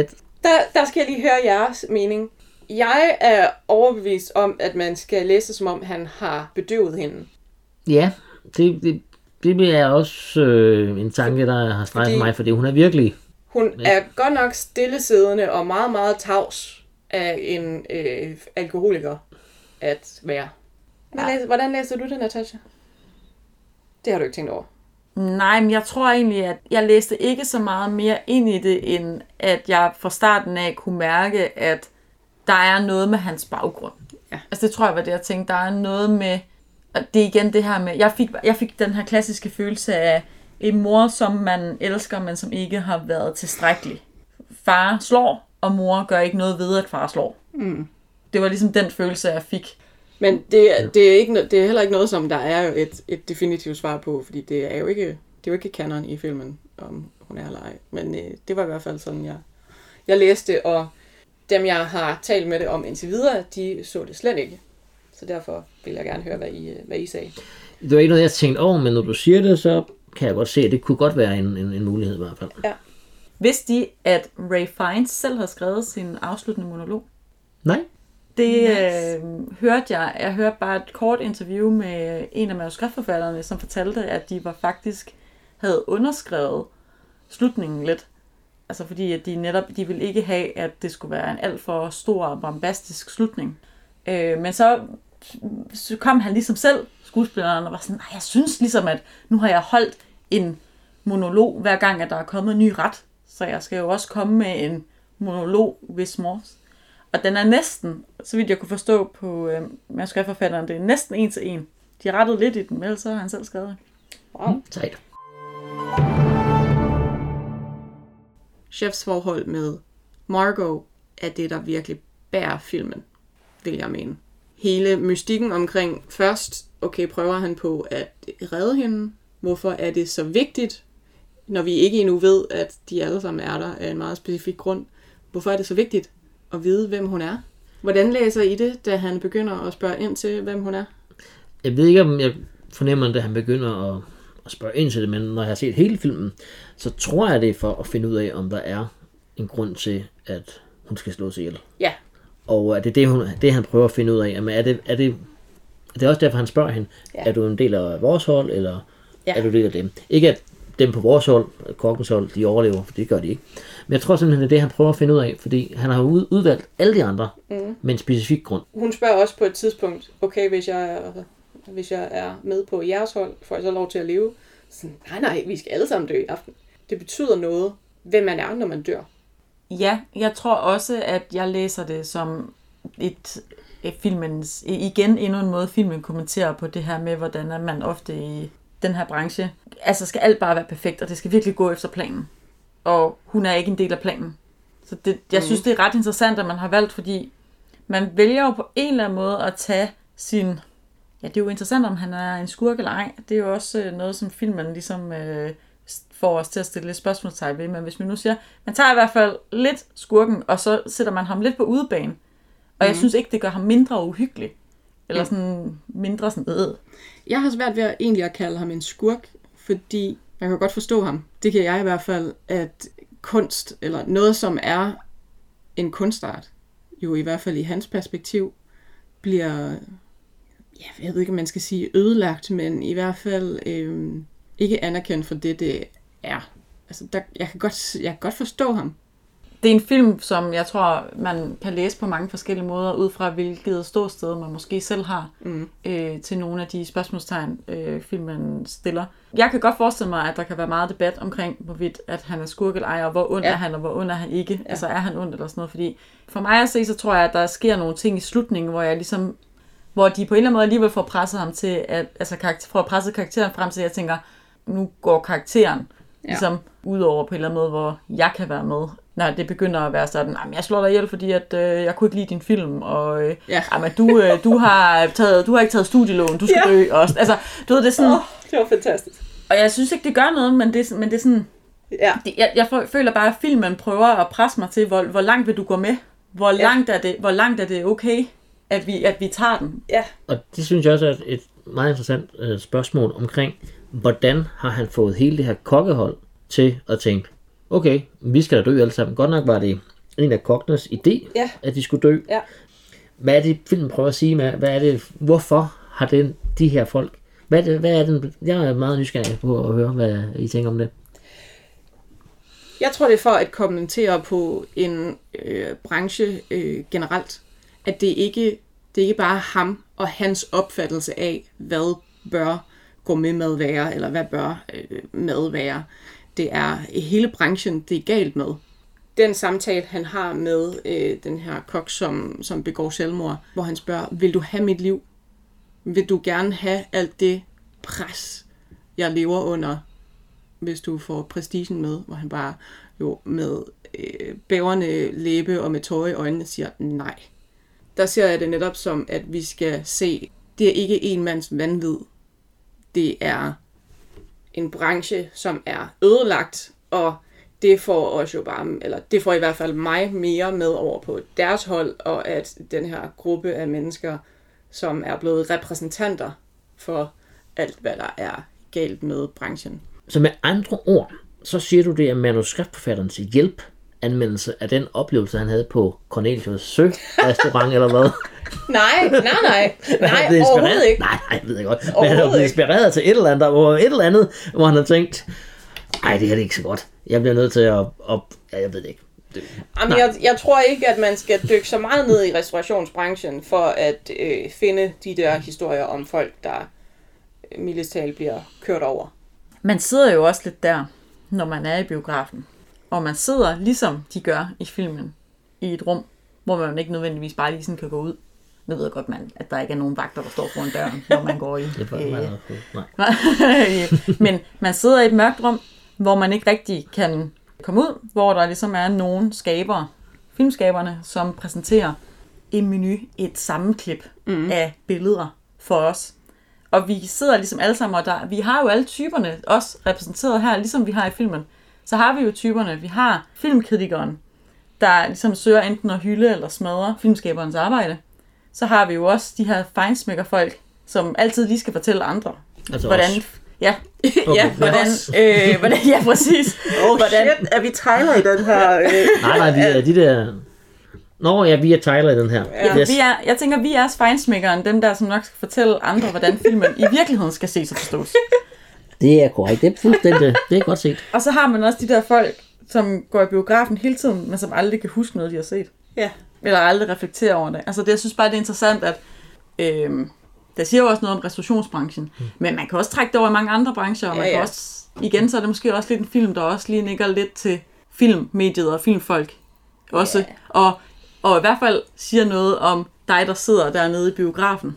der, der skal jeg lige høre jeres mening. Jeg er overbevist om, at man skal læse, som om han har bedøvet hende. Ja, det, det, det er også øh, en tanke, der har strejfet mig, fordi hun er virkelig... Hun er godt nok stillesiddende og meget, meget tavs af en øh, alkoholiker at være. Hvordan, ja. læser, hvordan læser du det, Natasha? Det har du ikke tænkt over. Nej, men jeg tror egentlig, at jeg læste ikke så meget mere ind i det, end at jeg fra starten af kunne mærke, at der er noget med hans baggrund. Ja. Altså det tror jeg var det, jeg tænkte. Der er noget med, og det er igen det her med, jeg fik, jeg fik den her klassiske følelse af en mor, som man elsker, men som ikke har været tilstrækkelig. Far slår, og mor gør ikke noget ved, at far slår. Mm. Det var ligesom den følelse, jeg fik. Men det, det, er ikke, det er heller ikke noget, som der er et, et definitivt svar på, fordi det er jo ikke, det er jo ikke canon i filmen, om hun er eller ej. Men øh, det var i hvert fald sådan, jeg, jeg læste, og dem, jeg har talt med det om indtil videre, de så det slet ikke. Så derfor vil jeg gerne høre, hvad I, hvad I sagde. Det var ikke noget, jeg tænkte over, men når du siger det, så kan jeg godt se, at det kunne godt være en, en, en mulighed i hvert fald. Ja. Vidste de, at Ray Fiennes selv har skrevet sin afsluttende monolog? Nej. Det nice. øh, hørte jeg. Jeg hørte bare et kort interview med en af manuskriptforfatterne, som fortalte, at de var faktisk havde underskrevet slutningen lidt. Altså fordi, at de netop de ville ikke have, at det skulle være en alt for stor og bombastisk slutning. Øh, men så, så kom han ligesom selv, skuespilleren, og var sådan, jeg synes ligesom, at nu har jeg holdt en monolog, hver gang, at der er kommet en ny ret. Så jeg skal jo også komme med en monolog hvis mors. Og den er næsten, så vidt jeg kunne forstå på øh, manuskriptforfatteren, det er næsten en til en. De har rettet lidt i den, men ellers så har han selv skrevet. Wow. Mm, sejt. Chefs forhold med Margot er det, der virkelig bærer filmen, vil jeg mene. Hele mystikken omkring først, okay, prøver han på at redde hende. Hvorfor er det så vigtigt, når vi ikke endnu ved, at de alle sammen er der af en meget specifik grund? Hvorfor er det så vigtigt at vide, hvem hun er? Hvordan læser I det, da han begynder at spørge ind til, hvem hun er? Jeg ved ikke, om jeg fornemmer, da han begynder at, at spørge ind til det, men når jeg har set hele filmen, så tror jeg, det er for at finde ud af, om der er en grund til, at hun skal slås ihjel. Ja. Og det er det, hun, det, han prøver at finde ud af. Jamen, er det, er det, det er også derfor, han spørger hende, ja. Er du en del af vores hold, eller ja. Er du en del af dem? Ikke at dem på vores hold, kokkens hold, de overlever, for det gør de ikke. Men jeg tror simpelthen, det er det, han prøver at finde ud af, fordi han har ud, udvalgt alle de andre mm. med en specifik grund. Hun spørger også på et tidspunkt, okay, hvis jeg er, hvis jeg er med på jeres hold, får jeg så lov til at leve? Så, nej, nej, vi skal alle sammen dø i aften. Det betyder noget, hvem man er, når man dør. Ja, jeg tror også, at jeg læser det som et, et filmens, igen endnu en måde, filmen kommenterer på det her med, hvordan man ofte i den her branche, altså skal alt bare være perfekt, og det skal virkelig gå efter planen. Og hun er ikke en del af planen. Så det, jeg synes, det er ret interessant, at man har valgt, fordi man vælger jo på en eller anden måde at tage sin... Ja, det er jo interessant, om han er en skurk eller ej. Det er jo også noget, som filmen ligesom øh, får os til at stille lidt spørgsmålstegn ved. Men hvis man nu siger, man tager i hvert fald lidt skurken, og så sætter man ham lidt på udebane. Og mm. jeg synes ikke, det gør ham mindre uhyggelig. Eller sådan mindre sådan øh. Jeg har svært ved at egentlig at kalde ham en skurk, fordi jeg kan godt forstå ham. Det kan jeg i hvert fald, at kunst, eller noget som er en kunstart, jo i hvert fald i hans perspektiv, bliver, jeg ved ikke, om man skal sige ødelagt, men i hvert fald øh, ikke anerkendt for det, det er. Altså, der, jeg, kan godt, jeg kan godt forstå ham. Det er en film, som jeg tror, man kan læse på mange forskellige måder, ud fra hvilket ståsted man måske selv har mm. øh, til nogle af de spørgsmålstegn, øh, filmen stiller. Jeg kan godt forestille mig, at der kan være meget debat omkring, hvorvidt at han er skurk eller ej, og hvor ond ja. er han, og hvor ond er han ikke. Ja. Altså er han ond eller sådan noget. Fordi for mig at se, så tror jeg, at der sker nogle ting i slutningen, hvor jeg ligesom, hvor de på en eller anden måde alligevel får presset ham til, at, altså karakter, får presset karakteren frem til, at jeg tænker, nu går karakteren ja. ligesom ud over på en eller anden måde, hvor jeg kan være med. Når det begynder at være sådan, jeg slår dig ihjel, fordi at, øh, jeg kunne ikke lide din film, og øh, ja. jamen, du, øh, du, har taget, du har ikke taget studielån, du skal ja. dø også. Altså, du ved, det er sådan... Oh, det var fantastisk. Og jeg synes ikke, det gør noget, men det, men det er sådan... Ja. Det, jeg, jeg føler bare, at filmen prøver at presse mig til, hvor, hvor langt vil du gå med? Hvor, ja. langt er det, hvor langt er det okay, at vi, at vi tager den? Ja. Og det synes jeg også er et meget interessant øh, spørgsmål omkring, hvordan har han fået hele det her kokkehold til at tænke, okay, vi skal da dø alle sammen. Godt nok var det en af Cognes idé, Ja. at de skulle dø. Ja. Hvad er det, filmen prøver at sige med? Hvad er det, hvorfor har den, de her folk? Hvad er det, hvad er den? Jeg er meget nysgerrig på at høre, hvad I tænker om det. Jeg tror, det er for at kommentere på en øh, branche øh, generelt, at det ikke det er ikke bare ham og hans opfattelse af, hvad bør gå med mad være, eller hvad bør øh, mad være. Det er hele branchen, det er galt med. Den samtale, han har med øh, den her kok, som, som begår selvmord, hvor han spørger, vil du have mit liv? Vil du gerne have alt det pres, jeg lever under, hvis du får prestigen med? Hvor han bare jo med øh, bæverne læbe og med tårer i øjnene siger nej. Der ser jeg det netop som, at vi skal se, det er ikke en mands vanvid. Det er en branche, som er ødelagt, og det får os jo bare, eller det får i hvert fald mig mere med over på deres hold, og at den her gruppe af mennesker, som er blevet repræsentanter for alt, hvad der er galt med branchen. Så med andre ord, så siger du, det er manuskriptforfatterens hjælp anmeldelse af den oplevelse, han havde på Cornelius Sø-restaurant, eller hvad? Nej, nej, nej. Nej, overhovedet ikke. Nej, nej, jeg ved jeg godt. Men han er blevet inspireret til et eller andet, hvor et eller andet, hvor han har tænkt, nej, det her er ikke så godt. Jeg bliver nødt til at, at ja, jeg ved det ikke. Det, Jamen, jeg, jeg tror ikke, at man skal dykke så meget ned i restaurationsbranchen, for at øh, finde de der historier om folk, der øh, mildest talt bliver kørt over. Man sidder jo også lidt der, når man er i biografen. Og man sidder, ligesom de gør i filmen, i et rum, hvor man ikke nødvendigvis bare lige sådan kan gå ud. Nu ved jeg godt, man, at der ikke er nogen vagter, der står foran døren, når man går i. det er øh, nej. Men man sidder i et mørkt rum, hvor man ikke rigtig kan komme ud, hvor der ligesom er nogle skabere, filmskaberne, som præsenterer en menu, et sammenklip mm. af billeder for os. Og vi sidder ligesom alle sammen, og der, vi har jo alle typerne også repræsenteret her, ligesom vi har i filmen. Så har vi jo typerne. Vi har filmkritikeren, der ligesom søger enten at hylde eller smadre filmskaberens arbejde. Så har vi jo også de her feinsmækkerfolk, som altid lige skal fortælle andre, altså hvordan... Os. Ja, okay, ja, hvordan, øh, hvordan, ja, præcis. Oh hvordan, shit, er vi Tyler i den her? Øh... nej, nej, vi er de der... Nå ja, vi er Tyler i den her. Ja, yes. vi er, jeg tænker, vi er feinsmækkeren, dem der, som nok skal fortælle andre, hvordan filmen i virkeligheden skal ses og forstås. Det er korrekt, det er fuldstændig, det er godt set. Og så har man også de der folk, som går i biografen hele tiden, men som aldrig kan huske noget, de har set. Ja. Eller aldrig reflekterer over det. Altså det, jeg synes bare, det er interessant, at øh, der siger jo også noget om restaurationsbranchen, mm. men man kan også trække det over i mange andre brancher, og man ja, ja. kan også, igen, så er det måske også lidt en film, der også lige nikker lidt til filmmediet og filmfolk også, ja. og, og i hvert fald siger noget om dig, der sidder dernede i biografen.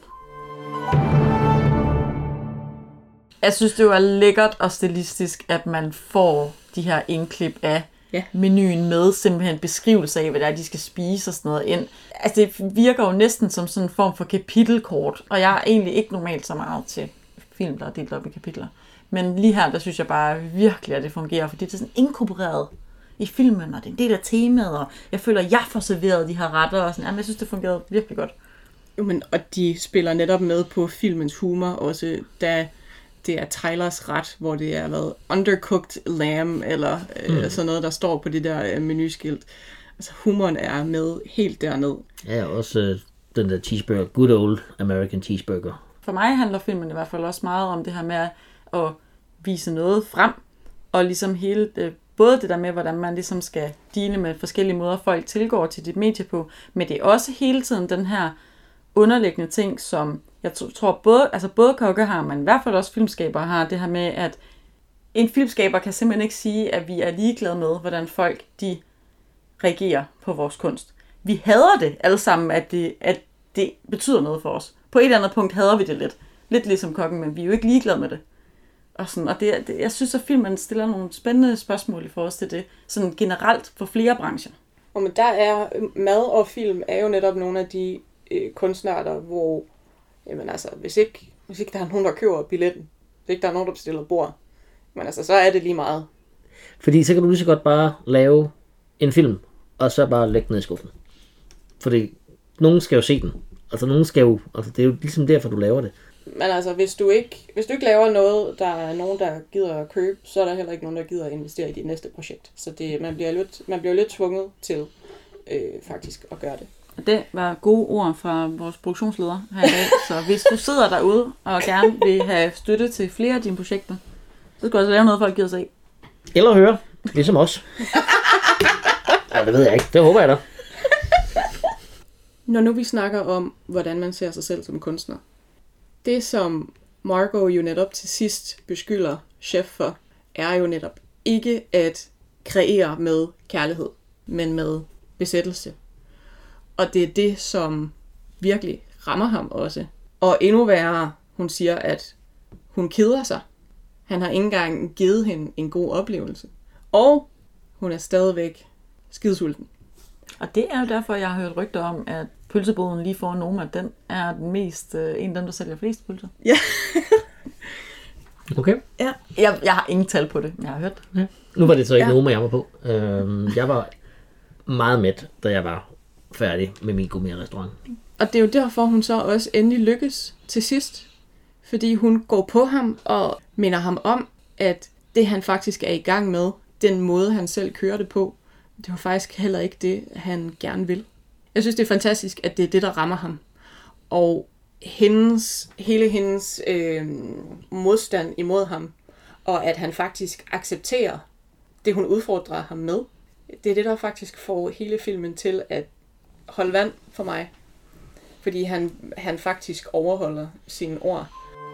Jeg synes, det var lækkert og stilistisk, at man får de her indklip af ja. menuen med simpelthen beskrivelse af, hvad det er, de skal spise og sådan noget ind. Altså, det virker jo næsten som sådan en form for kapitelkort, og jeg er egentlig ikke normalt så meget til film, der er delt op i kapitler. Men lige her, der synes jeg bare virkelig, at det fungerer, fordi det er sådan inkorporeret i filmen, og det er en del af temaet, og jeg føler, at jeg får serveret de her retter, og sådan. Jamen, jeg synes, det fungerede virkelig godt. Jo, men, og de spiller netop med på filmens humor også, da det er Tylers ret, hvor det er været undercooked lamb, eller mm. øh, sådan noget, der står på det der øh, menuskilt. Altså humoren er med helt derned. Ja, også øh, den der cheeseburger, good old American cheeseburger. For mig handler filmen i hvert fald også meget om det her med at vise noget frem, og ligesom hele det, både det der med, hvordan man ligesom skal deale med forskellige måder, folk tilgår til dit medie på, men det er også hele tiden den her underliggende ting, som jeg tror både, altså både kokke har, men i hvert fald også filmskabere har det her med, at en filmskaber kan simpelthen ikke sige, at vi er ligeglade med, hvordan folk de reagerer på vores kunst. Vi hader det alle sammen, at det, at det betyder noget for os. På et eller andet punkt hader vi det lidt. Lidt ligesom kokken, men vi er jo ikke ligeglade med det. Og, sådan, og det, det, jeg synes, at filmen stiller nogle spændende spørgsmål i forhold til det, sådan generelt for flere brancher. Og men der er, mad og film er jo netop nogle af de øh, kunstnarter, hvor jamen altså, hvis ikke, hvis ikke der er nogen, der køber billetten, hvis ikke der er nogen, der bestiller bord, men altså, så er det lige meget. Fordi så kan du lige så godt bare lave en film, og så bare lægge den ned i skuffen. Fordi nogen skal jo se den. Altså nogen skal jo, altså det er jo ligesom derfor, du laver det. Men altså, hvis du ikke, hvis du ikke laver noget, der er nogen, der gider at købe, så er der heller ikke nogen, der gider at investere i dit næste projekt. Så det, man bliver lidt, man bliver lidt tvunget til øh, faktisk at gøre det. Det var gode ord fra vores produktionsleder her i dag. Så hvis du sidder derude og gerne vil have støtte til flere af dine projekter, så skal du altså lave noget, folk gider se. Eller høre, ligesom os. Ja, det ved jeg ikke. Det håber jeg da. Når nu vi snakker om, hvordan man ser sig selv som kunstner. Det, som Margot jo netop til sidst beskylder Chef for, er jo netop ikke at kreere med kærlighed, men med besættelse. Og det er det, som virkelig rammer ham også. Og endnu værre, hun siger, at hun keder sig. Han har ikke engang givet hende en god oplevelse. Og hun er stadigvæk skidesulten. Og det er jo derfor, jeg har hørt rygter om, at pølseboden lige foran Noma, den er den mest, øh, en af dem, der sælger flest pølser. Ja. Okay. Ja. Jeg, jeg har ingen tal på det, men jeg har hørt. Ja. Nu var det så ikke Ja. Noma, jeg var på. Øhm, jeg var meget mæt, da jeg var færdig med min gourmet-restaurant. Og det er jo derfor, hun så også endelig lykkes til sidst. Fordi hun går på ham og minder ham om, at det han faktisk er i gang med, den måde han selv kører det på, det var faktisk heller ikke det, han gerne vil. Jeg synes, det er fantastisk, at det er det, der rammer ham. Og hendes, hele hendes øh, modstand imod ham, og at han faktisk accepterer det, hun udfordrer ham med, det er det, der faktisk får hele filmen til at holde vand for mig. Fordi han, han faktisk overholder sine ord.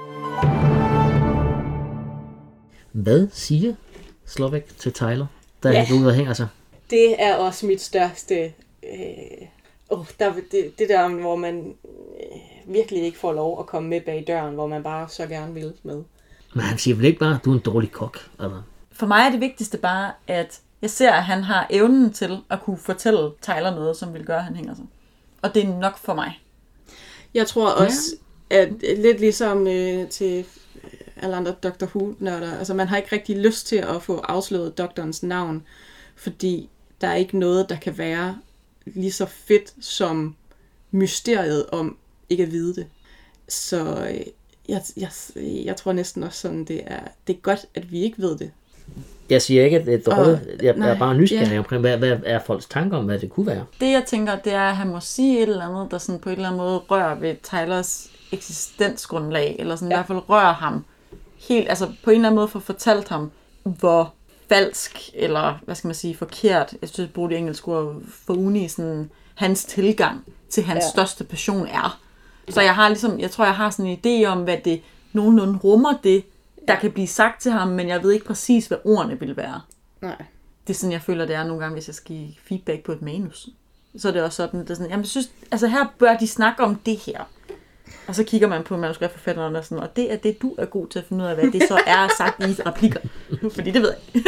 Hvad siger Slovak til Tyler, da Ja. han går ud og hænger sig? Det er også mit største... Øh, oh, der, det, det der, hvor man øh, virkelig ikke får lov at komme med bag døren, hvor man bare så gerne vil med. Men han siger vel ikke bare, at du er en dårlig kok? Eller? For mig er det vigtigste bare, at jeg ser, at han har evnen til at kunne fortælle Tyler noget, som vil gøre, at han hænger sig. Og det er nok for mig. Jeg tror også, ja. at lidt ligesom øh, til alle andre Doctor Who-nørder, altså man har ikke rigtig lyst til at få afsløret doktorens navn, fordi der er ikke noget, der kan være lige så fedt som mysteriet om ikke at vide det. Så øh, jeg, jeg, jeg tror næsten også sådan, det er, det er godt, at vi ikke ved det. Jeg siger ikke, at det er dårligt. Og, jeg nej, er bare nysgerrig ja. omkring, hvad, hvad er folks tanker om, hvad det kunne være? Det jeg tænker, det er, at han må sige et eller andet, der sådan på en eller anden måde rører ved Tylers eksistensgrundlag, eller sådan ja. i hvert fald rører ham helt, altså på en eller anden måde får fortalt ham, hvor falsk, eller hvad skal man sige, forkert, jeg synes, bruge det engelske ord for uni, sådan hans tilgang til hans ja. største passion er. Så jeg har ligesom, jeg tror, jeg har sådan en idé om, hvad det nogenlunde rummer det, der kan blive sagt til ham, men jeg ved ikke præcis, hvad ordene vil være. Nej. Det er sådan, jeg føler, det er nogle gange, hvis jeg skal give feedback på et manus. Så er det også sådan, det er sådan, jamen jeg synes, altså her bør de snakke om det her. Og så kigger man på manuskriptforfatteren og sådan, og det er det, du er god til at finde ud af, hvad det så er sagt i replikker. Fordi det ved jeg ikke.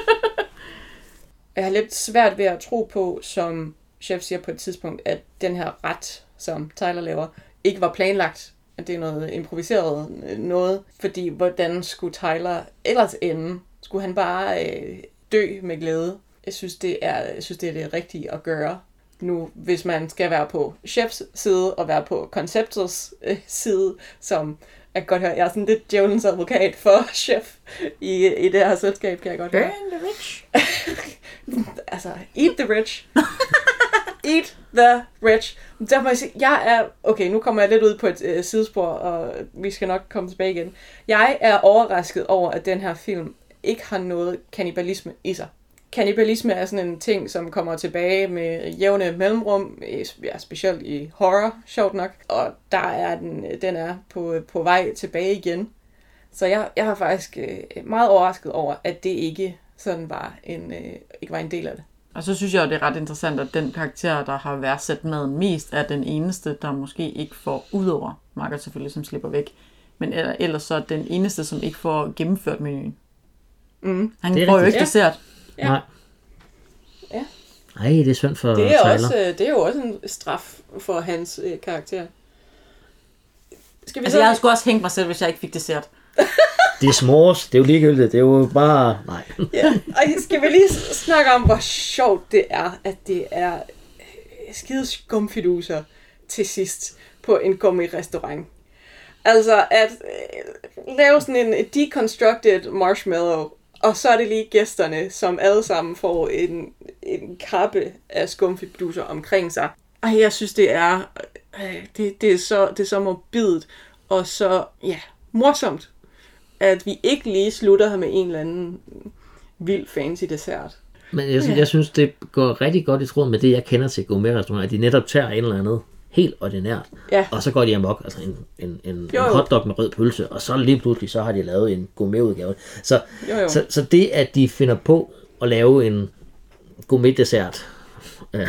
Jeg har lidt svært ved at tro på, som Chef siger på et tidspunkt, at den her ret, som Tyler laver, ikke var planlagt. At det er noget improviseret noget. Fordi hvordan skulle Tyler ellers ende? Skulle han bare øh, dø med glæde? Jeg synes, det er, jeg synes, det er det rigtige at gøre. Nu, hvis man skal være på Chefs side og være på konceptets øh, side, som jeg kan godt høre, jeg er sådan lidt djævelens advokat for Chef i, i det her selskab, kan jeg godt høre. Burn the rich. Altså, eat the rich. Eat the rich. Der må jeg sige, jeg er... Okay, nu kommer jeg lidt ud på et øh, sidespor, og vi skal nok komme tilbage igen. Jeg er overrasket over, at den her film ikke har noget kannibalisme i sig. Kannibalisme er sådan en ting, som kommer tilbage med jævne mellemrum, ja, specielt i horror, sjovt nok. Og der er den, den er på, på vej tilbage igen. Så jeg, jeg har faktisk øh, meget overrasket over, at det ikke sådan var en, øh, ikke var en del af det. Og så synes jeg jo, det er ret interessant, at den karakter, der har værdsat maden mest, er den eneste, der måske ikke får, udover Margaret selvfølgelig, som slipper væk, men ellers så den eneste, som ikke får gennemført menuen. Mm. Han får jo ikke ja. dessert. Ja. Nej. Ja. Ej, det er synd for det er Tyler. også, det er jo også en straf for hans øh, karakter. Skal vi altså, så... jeg havde sgu også hængt mig selv, hvis jeg ikke fik dessert. Det er smors, det er jo ligegyldigt, det er jo bare... Nej. Ja. Ej, skal vi lige snakke om, hvor sjovt det er, at det er skide skumfiduser til sidst på en gourmet-restaurant. Altså at øh, lave sådan en deconstructed marshmallow, Og så er det lige gæsterne, som alle sammen får en, en kappe af skumfiduser omkring sig. Ej, jeg synes, det er, øh, det, det er så, det er så morbidt og så ja, morsomt, at vi ikke lige slutter her med en eller anden vild fancy dessert. Men jeg, ja. jeg synes, det går rigtig godt i tråd med det, jeg kender til gourmet-restauranter, at de netop tager en eller andet helt ordinært, ja. og så går de amok, altså en, en, en, en hotdog med rød pølse, og så lige pludselig, så har de lavet en gourmet-udgave. Så, jo, jo. Så, så det, at de finder på at lave en gourmet-dessert af,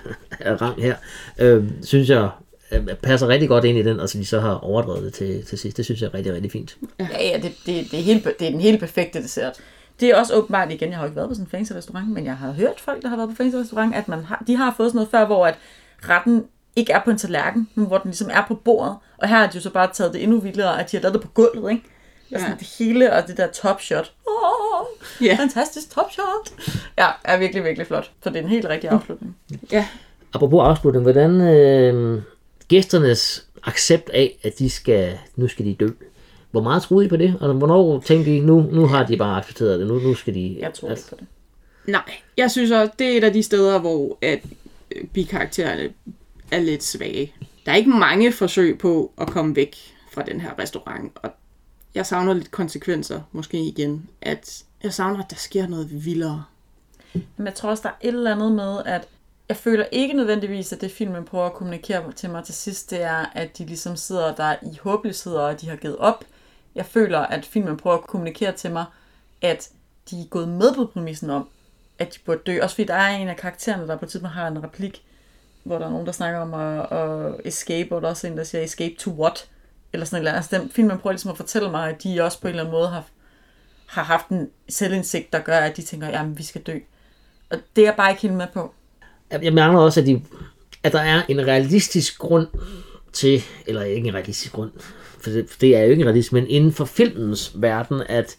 af rang her, øh, synes jeg passer rigtig godt ind i den, og så de så har overdrevet det til, til sidst. Det synes jeg er rigtig, rigtig fint. Ja, ja, det, det, det, er helt, det er den helt perfekte dessert. Det er også åbenbart igen, jeg har ikke været på sådan en fancy restaurant, men jeg har hørt folk, der har været på fancy restaurant, at man har, de har fået sådan noget før, hvor at retten ikke er på en tallerken, men hvor den ligesom er på bordet. Og her har de jo så bare taget det endnu vildere, at de har lavet det på gulvet, ikke? Ja. Sådan det hele, og det der top shot. Åh, yeah. Fantastisk top shot. Ja, er virkelig, virkelig flot. Så det er en helt rigtig afslutning. Ja. Apropos afslutning, hvordan øh, gæsternes accept af, at de skal, nu skal de dø. Hvor meget troede I på det? Altså, hvornår tænkte I, nu, nu har de bare accepteret det, nu, nu skal de... Jeg tror ikke på det. Nej, jeg synes også, det er et af de steder, hvor at bikaraktererne er lidt svage. Der er ikke mange forsøg på at komme væk fra den her restaurant, og jeg savner lidt konsekvenser, måske igen, at jeg savner, at der sker noget vildere. Men jeg tror også, der er et eller andet med, at jeg føler ikke nødvendigvis, at det filmen prøver at kommunikere til mig til sidst, det er, at de ligesom sidder der i håbløshed, og de har givet op. Jeg føler, at filmen prøver at kommunikere til mig, at de er gået med på præmissen om, at de burde dø. Også fordi der er en af karaktererne, der på et tidspunkt har en replik, hvor der er nogen, der snakker om at, at escape, og der er også en, der siger escape to what? Eller sådan noget. Altså den filmen prøver ligesom at fortælle mig, at de også på en eller anden måde har, har haft en selvindsigt, der gør, at de tænker, jamen vi skal dø. Og det er jeg bare ikke helt med på. Jeg mener også, at, de, at der er en realistisk grund til, eller ikke en realistisk grund, for det, for det er jo ikke realistisk, men inden for filmens verden, at,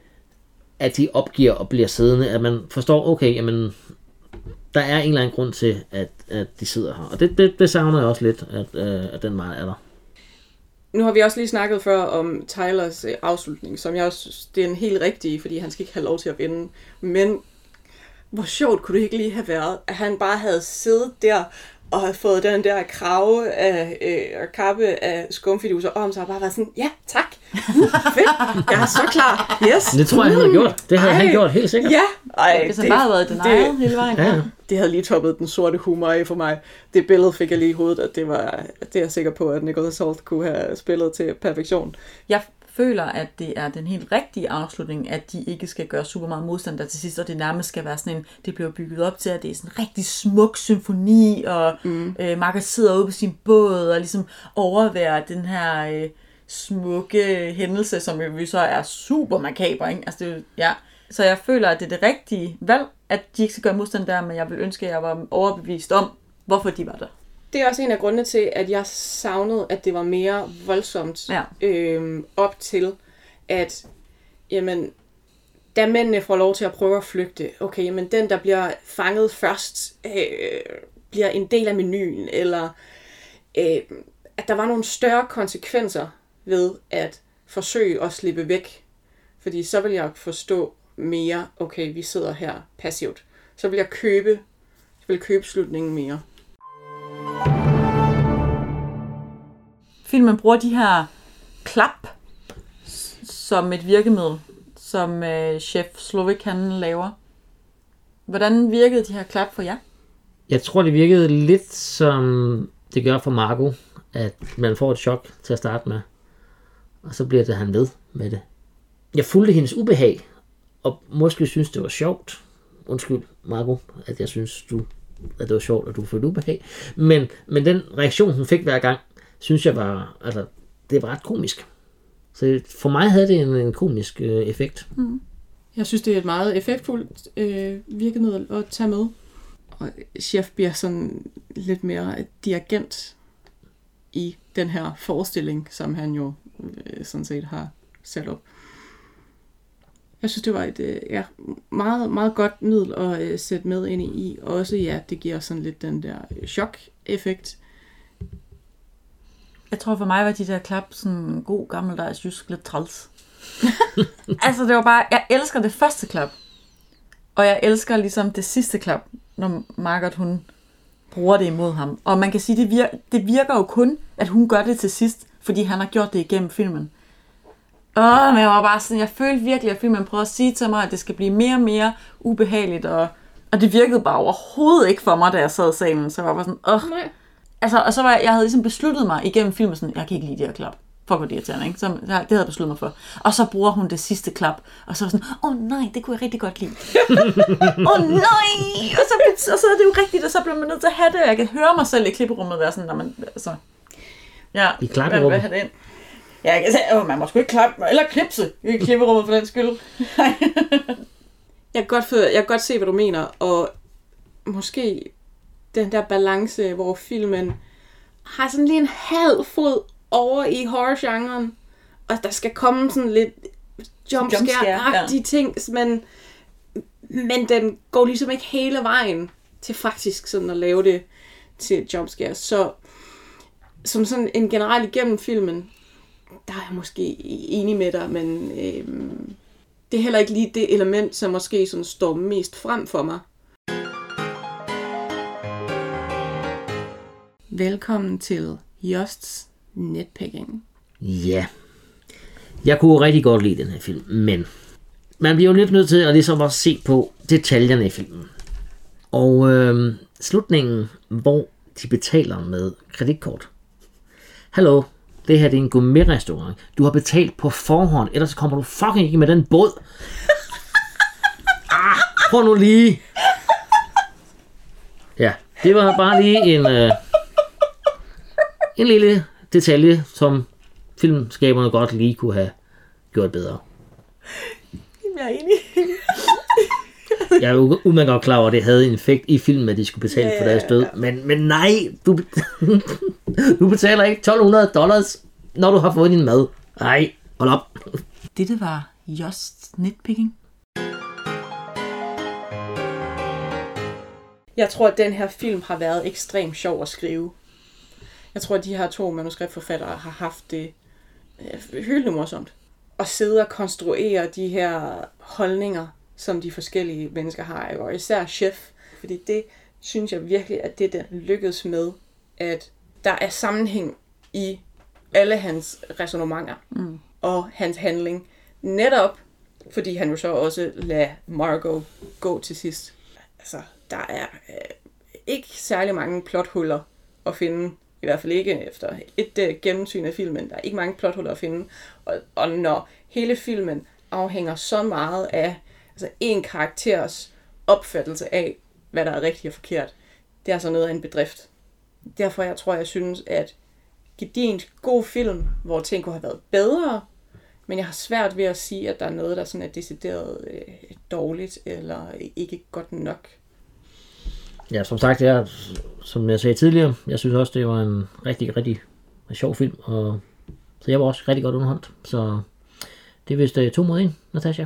at de opgiver og bliver siddende, at man forstår, okay, jamen, der er en eller anden grund til, at, at de sidder her. Og det, det, det savner jeg også lidt, at, at den meget er der. Nu har vi også lige snakket før om Tylers afslutning, som jeg også synes, det er en helt rigtig, fordi han skal ikke have lov til at vinde. Men hvor sjovt kunne det ikke lige have været, at han bare havde siddet der og havde fået den der krave af øh, kappe af skumfiduser om, så har bare været sådan, ja, tak, uh, fedt, jeg er så klar, yes. Det tror jeg, han havde gjort. Det havde ej, han gjort, helt sikkert. Ja, ej, hvis han bare havde været den eget hele vejen. Ja. Det havde lige toppet den sorte humor af for mig. Det billede fik jeg lige i hovedet, at det var, det er jeg sikker på, at Nicholas Hoult kunne have spillet til perfektion. Jeg føler, at det er den helt rigtige afslutning, at de ikke skal gøre super meget modstand der til sidst, og det nærmest skal være sådan en, det bliver bygget op til, at det er sådan en rigtig smuk symfoni, og mm. øh, Marcus sidder ude på sin båd, og ligesom overværer den her øh, smukke hændelse, som jo så er super makaber, ikke? Altså, det, ja. Så jeg føler, at det er det rigtige valg, at de ikke skal gøre modstand der, men jeg vil ønske, at jeg var overbevist om, hvorfor de var der. Det er også en af grundene til, at jeg savnede, at det var mere voldsomt ja. øh, op til, at jamen, da mændene får lov til at prøve at flygte, okay, men den, der bliver fanget først, øh, bliver en del af menuen, eller øh, at der var nogle større konsekvenser ved at forsøge at slippe væk. Fordi så vil jeg forstå mere, okay, vi sidder her passivt. Så vil jeg købe, jeg vil købe slutningen mere. Filmen bruger de her klap som et virkemiddel, som øh, chef Slovik han laver. Hvordan virkede de her klap for jer? Jeg tror, det virkede lidt som det gør for Margot, at man får et chok til at starte med, og så bliver det han ved med det. Jeg fulgte hendes ubehag, og måske synes det var sjovt. Undskyld, Margot, at jeg synes, du, at det var sjovt, at du følte ubehag. Men, men den reaktion, hun fik hver gang, synes jeg var, altså, det var ret komisk. Så for mig havde det en, en komisk øh, effekt. Mm. Jeg synes, det er et meget effektfuldt øh, virkemiddel at tage med. Og chef bliver sådan lidt mere dirigent i den her forestilling, som han jo øh, sådan set har sat op. Jeg synes, det var et øh, ja, meget, meget godt middel at øh, sætte med ind i. Også ja, det giver sådan lidt den der øh, chok-effekt. Jeg tror for mig var de der klap sådan god gammeldags jysk lidt træls. Altså, det var bare... Jeg elsker det første klap. Og jeg elsker ligesom det sidste klap, når Margot, hun bruger det imod ham. Og man kan sige, det virker, det virker jo kun, at hun gør det til sidst, fordi han har gjort det igennem filmen. Åh, men jeg var bare sådan, jeg følte virkelig, at filmen prøvede at sige til mig, at det skal blive mere og mere ubehageligt, og, og det virkede bare overhovedet ikke for mig, da jeg sad i salen, så jeg var bare sådan, åh. Altså, og så var jeg, jeg havde ligesom besluttet mig igennem filmen sådan, jeg kan ikke lide det her klap. Fuck, hvor det irriterende, ikke? Så det havde jeg besluttet mig for. Og så bruger hun det sidste klap, og så var sådan, åh oh, nej, det kunne jeg rigtig godt lide. Åh oh, nej! Og så, og så er det jo rigtigt, og så bliver man nødt til at have det, og jeg kan høre mig selv i klipperummet være sådan, når man, altså... Ja, I klapperummet? Hvad, hvad det ind? Ja, jeg kan sige, åh, man må sgu ikke klappe, eller klipse i klipperummet for den skyld. jeg, kan godt for, jeg kan godt se, hvad du mener, og måske den der balance, hvor filmen har sådan lige en halv fod over i horror-genren, og der skal komme sådan lidt jumpscare-agtige ja. ting, men, men den går ligesom ikke hele vejen til faktisk sådan at lave det til jumpscare. Så som sådan en generelt igennem filmen, der er jeg måske enig med dig, men øhm, det er heller ikke lige det element, som måske sådan står mest frem for mig. Velkommen til Justs Nitpicking. Ja. Jeg kunne rigtig godt lide den her film, men man bliver jo lidt nødt til at ligesom at se på detaljerne i filmen. Og øh, slutningen, hvor de betaler med kreditkort. Hallo, det her det er en gourmet-restaurant. Du har betalt på forhånd, ellers kommer du fucking ikke med den båd. Ah, prøv nu lige. Ja, det var bare lige en, øh, en lille detalje, som filmskaberne godt lige kunne have gjort bedre. Jeg er enig. Jeg er jo udmærket godt klar over, at det havde en effekt i filmen, at de skulle betale yeah. for deres død. Men, men nej, du, du betaler ikke tolv hundrede dollars, når du har fået din mad. Nej, hold op. Dette var Just Nitpicking. Jeg tror, at den her film har været ekstremt sjov at skrive. Jeg tror, at de her to manuskriptforfattere har haft det hyldende morsomt. At sidde og konstruere de her holdninger, som de forskellige mennesker har, og især Chef. Fordi det synes jeg virkelig, at det der lykkedes med, at der er sammenhæng i alle hans ræsonnementer mm. og hans handling. Netop fordi han jo så også lader Margot gå til sidst. Altså, der er øh, ikke særlig mange plothuller at finde. I hvert fald ikke efter et uh, gennemsyn af filmen. Der er ikke mange plothuller at finde. Og, og når hele filmen afhænger så meget af altså en karakters opfattelse af, hvad der er rigtigt og forkert, det er så noget af en bedrift. Derfor jeg tror, jeg synes, at gedient god film, hvor ting kunne have været bedre, men jeg har svært ved at sige, at der er noget, der sådan er decideret øh, dårligt eller ikke godt nok. Ja, som sagt, jeg, som jeg sagde tidligere, jeg synes også, det var en rigtig, rigtig sjov film, og så jeg var også rigtig godt underholdt, så det er vist uh, to mod en, Natasha.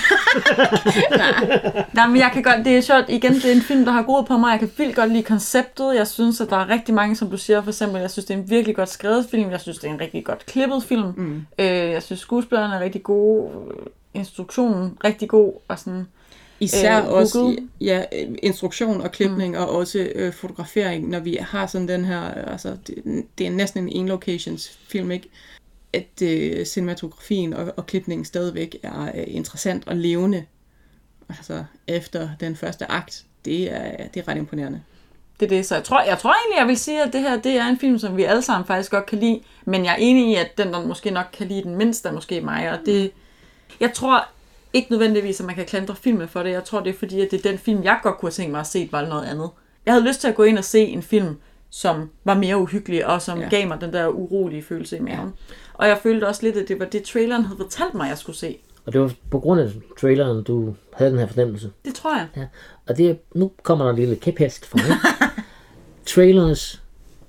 Nej. Nej, men jeg kan godt, det er sjovt, igen, det er en film, der har groet på mig, jeg kan vildt godt lide konceptet, jeg synes, at der er rigtig mange, som du siger, for eksempel, jeg synes, det er en virkelig godt skrevet film, jeg synes, det er en rigtig godt klippet film, mm. øh, jeg synes, skuespillerne er rigtig gode, instruktionen rigtig god, og sådan... Især øh, også ja, instruktion og klipning mm. og også øh, fotografering, når vi har sådan den her, altså det, det er næsten en en-locations film, ikke? At øh, cinematografien og, og klipningen stadigvæk er øh, interessant og levende, altså efter den første akt, det er, det er ret imponerende. Det er det, så jeg tror, jeg tror egentlig, jeg vil sige, at det her, det er en film, som vi alle sammen faktisk godt kan lide, men jeg er enig i, at den, der måske nok kan lide den mindst, er måske mig, og det, jeg tror ikke nødvendigvis, at man kan klandre filmen for det. Jeg tror, det er fordi, at det er den film, jeg godt kunne have tænkt mig at se, var noget andet. Jeg havde lyst til at gå ind og se en film, som var mere uhyggelig, og som ja. gav mig den der urolige følelse i maven. Ja. Og jeg følte også lidt, at det var det, traileren havde fortalt mig, jeg skulle se. Og det var på grund af traileren, du havde den her fornemmelse? Det tror jeg. Ja. Og det, nu kommer der en lille kæphest for mig. Trailers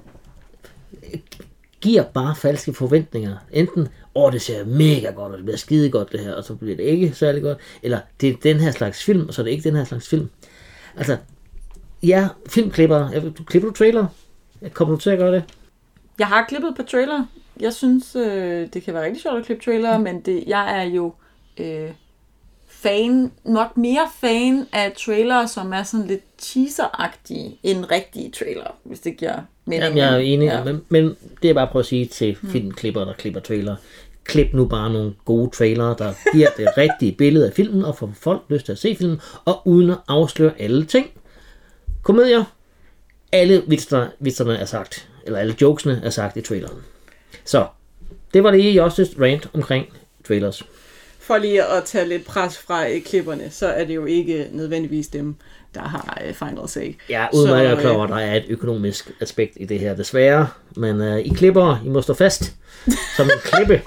giver bare falske forventninger. Enten, åh, oh, det ser mega godt, og det bliver skide godt det her, og så bliver det ikke særlig godt. Eller, det er den her slags film, og så er det ikke den her slags film. Altså, ja, filmklipper. Du klipper du trailer? Kommer du til at gøre det? Jeg har klippet på trailer. Jeg synes, øh, det kan være rigtig sjovt at klippe trailer, mm. men det, jeg er jo øh, fan, nok mere fan af trailere, som er sådan lidt teaser-agtige end rigtige trailer, hvis det giver mening. Jamen, jeg er enig, ja. men, men det er bare prøve at sige til filmklipper, der klipper trailer. Klip nu bare nogle gode trailere, der giver det rigtige billede af filmen, og får folk lyst til at se filmen, og uden at afsløre alle ting. Komedier, alle vitser, vitserne er sagt, eller alle jokesene er sagt i traileren. Så, det var lige Josses rant omkring trailers. For lige at tage lidt pres fra øh, klipperne, så er det jo ikke nødvendigvis dem, der har øh, final say. Ja, udmærket Så, er klar over, at der er et økonomisk aspekt i det her, desværre. Men øh, I klipper, I må stå fast som en klippe.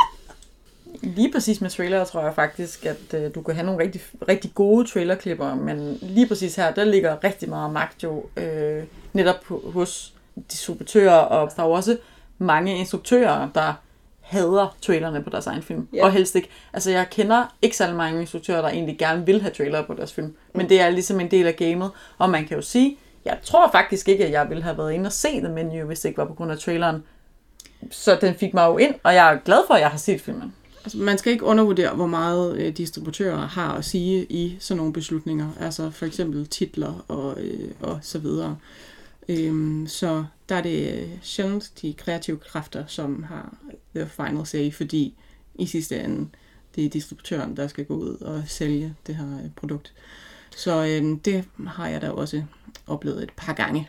Lige præcis med trailer tror jeg faktisk, at øh, du kan have nogle rigtig, rigtig gode trailerklipper, men lige præcis her, der ligger rigtig meget magt jo øh, netop hos distributører, og der er jo også mange instruktører, der hader trailerne på deres egen film, yeah. og helst ikke. Altså jeg kender ikke særlig mange instruktører, der egentlig gerne vil have trailere på deres film, mm. men det er ligesom en del af gamet, og man kan jo sige, jeg tror faktisk ikke, at jeg ville have været inde og se The Menu, hvis det ikke var på grund af traileren. Så den fik mig jo ind, og jeg er glad for, at jeg har set filmen. Altså, man skal ikke undervurdere, hvor meget øh, distributører har at sige i sådan nogle beslutninger. Altså for eksempel titler og, øh, og så videre. Øhm, så der er det sjældent de kreative kræfter, som har the final say, fordi i sidste ende, det er distributøren, der skal gå ud og sælge det her øh, produkt. Så øh, det har jeg da også oplevet et par gange.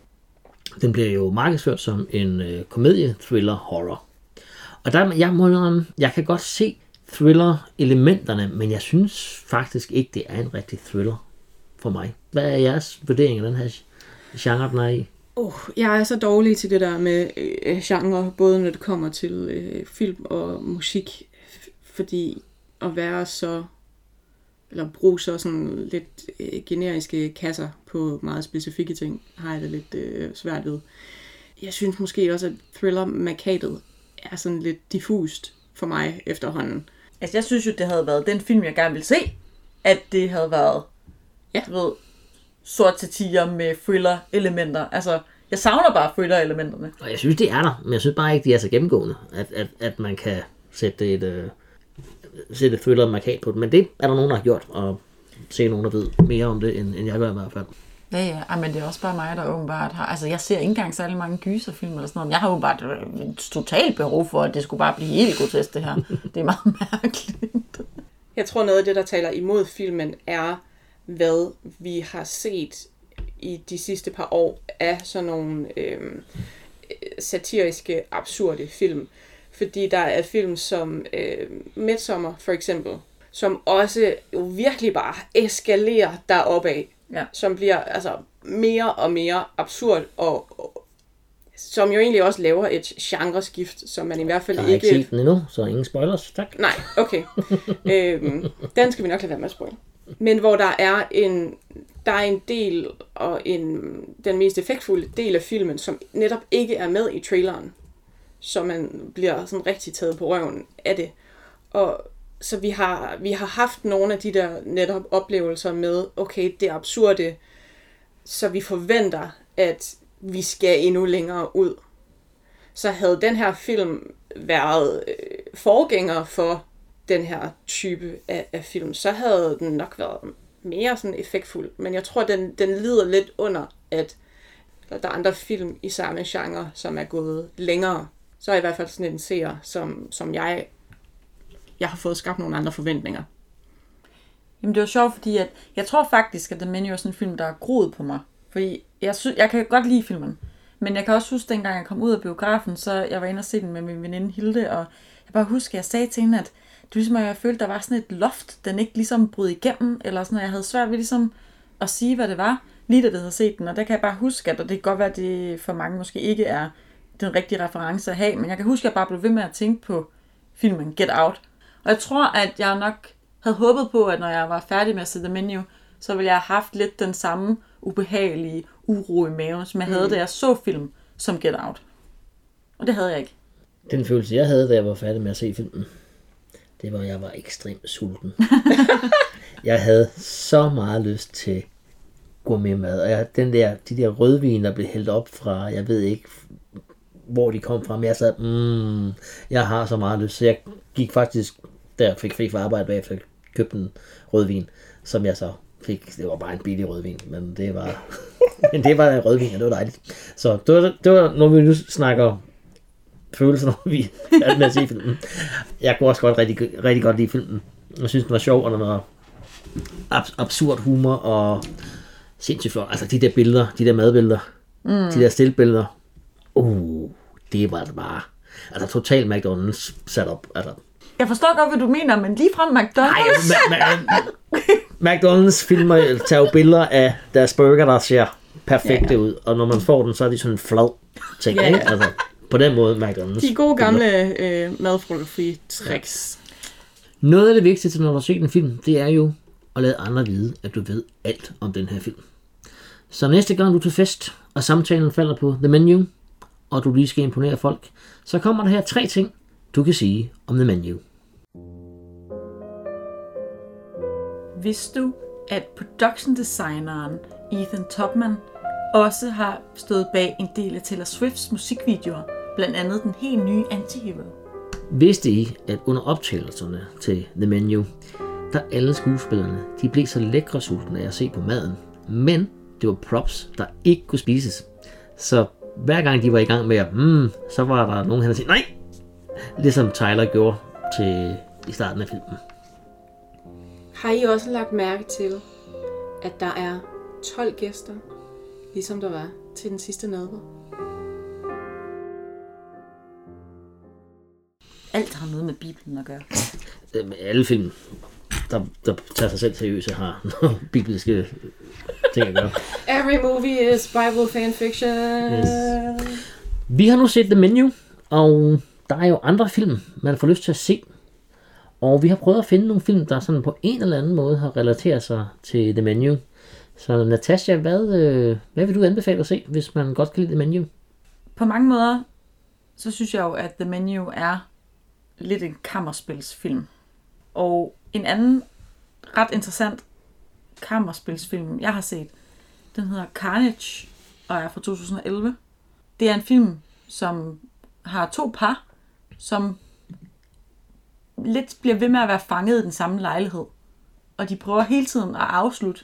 Den bliver jo markedsført som en øh, komedie, thriller, horror. Og der, jeg, må, jeg kan godt se thriller-elementerne, men jeg synes faktisk ikke, det er en rigtig thriller for mig. Hvad er jeres vurdering af den her genre, den er i? Oh, jeg er så dårlig til det der med øh, genre, både når det kommer til øh, film og musik, fordi at være så, eller bruge så sådan lidt øh, generiske kasser på meget specifikke ting, har jeg det lidt øh, svært ved. Jeg synes måske også, at thriller-markedet er sådan lidt diffust for mig efterhånden. Altså jeg synes jo, det havde været den film, jeg gerne ville se, at det havde været, ja. Du ved, sort satire med thriller-elementer. Altså, jeg savner bare thriller-elementerne. Og jeg synes, det er der, men jeg synes bare ikke, de er så gennemgående, at, at, at man kan sætte et, øh, sætte et thriller-markat på det. Men det er der nogen, der har gjort, og se nogen, der ved mere om det, end, end jeg gør i hvert fald. Ja, ja, Ej, men det er også bare mig, der åbenbart har... Altså, jeg ser ikke engang særlig mange gyserfilm eller sådan noget, men jeg har åbenbart et totalt behov for, at det skulle bare blive helt grotesk, det her. Det er meget mærkeligt. Jeg tror, noget af det, der taler imod filmen, er, hvad vi har set i de sidste par år af sådan nogle øh, satiriske, absurde film. Fordi der er film som øh, Midsommar, for eksempel, som også jo virkelig bare eskalerer deroppe af. Ja. Som bliver altså mere og mere absurd, og, og som jo egentlig også laver et genreskift, som man i hvert fald ikke... Jeg har ikke ikke set den endnu, så ingen spoilers, tak. Nej, okay. øhm, den skal vi nok lade være med at spoil. Men hvor der er en, der er en del, og en, den mest effektfulde del af filmen, som netop ikke er med i traileren, så man bliver sådan rigtig taget på røven af det. Og så vi har, vi har haft nogle af de der netop oplevelser med, okay, det er absurde, så vi forventer, at vi skal endnu længere ud. Så havde den her film været øh, forgænger for den her type af, af film, så havde den nok været mere sådan effektfuld. Men jeg tror, den, den lider lidt under, at der er andre film i samme genre, som er gået længere. Så er i hvert fald sådan en seer, som, som jeg... jeg har fået skabt nogle andre forventninger. Jamen det var sjovt, fordi at, jeg tror faktisk, at The Menu er sådan en film, der er groet på mig. Fordi jeg, sy- jeg kan godt lide filmen. Men jeg kan også huske, dengang jeg kom ud af biografen, så jeg var inde og se den med min veninde Hilde, og jeg bare husker, at jeg sagde til hende, at det var ligesom, at jeg følte, at der var sådan et loft, den ikke ligesom brød igennem, eller sådan, og jeg havde svært ved ligesom at sige, hvad det var, lige da det havde set den. Og der kan jeg bare huske, at og det kan godt være, at det for mange måske ikke er den rigtige reference at have, men jeg kan huske, at jeg bare blev ved med at tænke på filmen Get Out. Og jeg tror, at jeg nok havde håbet på, at når jeg var færdig med at se The Menu, så ville jeg have haft lidt den samme ubehagelige uro i maven, som jeg havde, mm. da jeg så film som Get Out. Og det havde jeg ikke. Den følelse, jeg havde, da jeg var færdig med at se filmen, det var, at jeg var ekstremt sulten. Jeg havde så meget lyst til gourmetmad, og jeg, den der, de der rødvin, der blev hældt op fra, jeg ved ikke, hvor de kom fra, men jeg sad, mm, jeg har så meget lyst, så jeg gik faktisk da jeg fik fri for arbejde bagefter, jeg købte en rødvin, som jeg så fik. Det var bare en billig rødvin, men det var, men det var en rødvin, og det var dejligt. Så det var, det var når vi nu snakker følelser, når vi er med at se filmen. Jeg kunne også godt rigtig, rigtig godt lide filmen. Jeg synes, den var sjov, og den var abs- absurd humor, og sindssygt flot. Altså de der billeder, de der madbilleder, mm. de der stillbilleder. Uh, det var det bare. Altså totalt McDonald's sat op. Altså. Jeg forstår godt, hvad du mener, men lige fra McDonald's. Nej, ma- ma- McDonald's filmer tager jo billeder af deres burger, der ser perfekte ja, ja. ud, og når man får den, så er de sådan en flad ting. Ja, ja. Altså, på den måde McDonald's. De gode gamle øh, madfrugtfri tricks. Ja. Noget af det vigtigste, når du ser en film, det er jo at lade andre vide, at du ved alt om den her film. Så næste gang du er til fest, og samtalen falder på The Menu, og du lige skal imponere folk, så kommer der her tre ting, du kan sige om The Menu. Vidste du, at production designeren Ethan Topman også har stået bag en del af Taylor Swifts musikvideoer, blandt andet den helt nye Antihero? Vidste I, at under optagelserne til The Menu, der alle skuespillerne, de blev så lækre sultne af at se på maden, men det var props, der ikke kunne spises. Så hver gang de var i gang med at, mm, så var der nogen, der sagde, nej, ligesom Tyler gjorde til i starten af filmen. Har I også lagt mærke til, at der er tolv gæster, ligesom der var til den sidste nadver? Alt har noget med Bibelen at gøre. Alle film, der, der tager sig selv seriøse, har nogle bibelske ting at gøre. Every movie is Bible fanfiction. Yes. Vi har nu set The Menu, og der er jo andre film, man får lyst til at se. Og vi har prøvet at finde nogle film, der sådan på en eller anden måde har relateret sig til The Menu. Så Natasha, hvad, hvad vil du anbefale at se, hvis man godt kan lide The Menu? På mange måder, så synes jeg jo, at The Menu er lidt en kammerspilsfilm. Og en anden ret interessant kammerspilsfilm, jeg har set, den hedder Carnage, og er fra to tusind og elleve. Det er en film, som har to par, som lidt bliver ved med at være fanget i den samme lejlighed. Og de prøver hele tiden at afslutte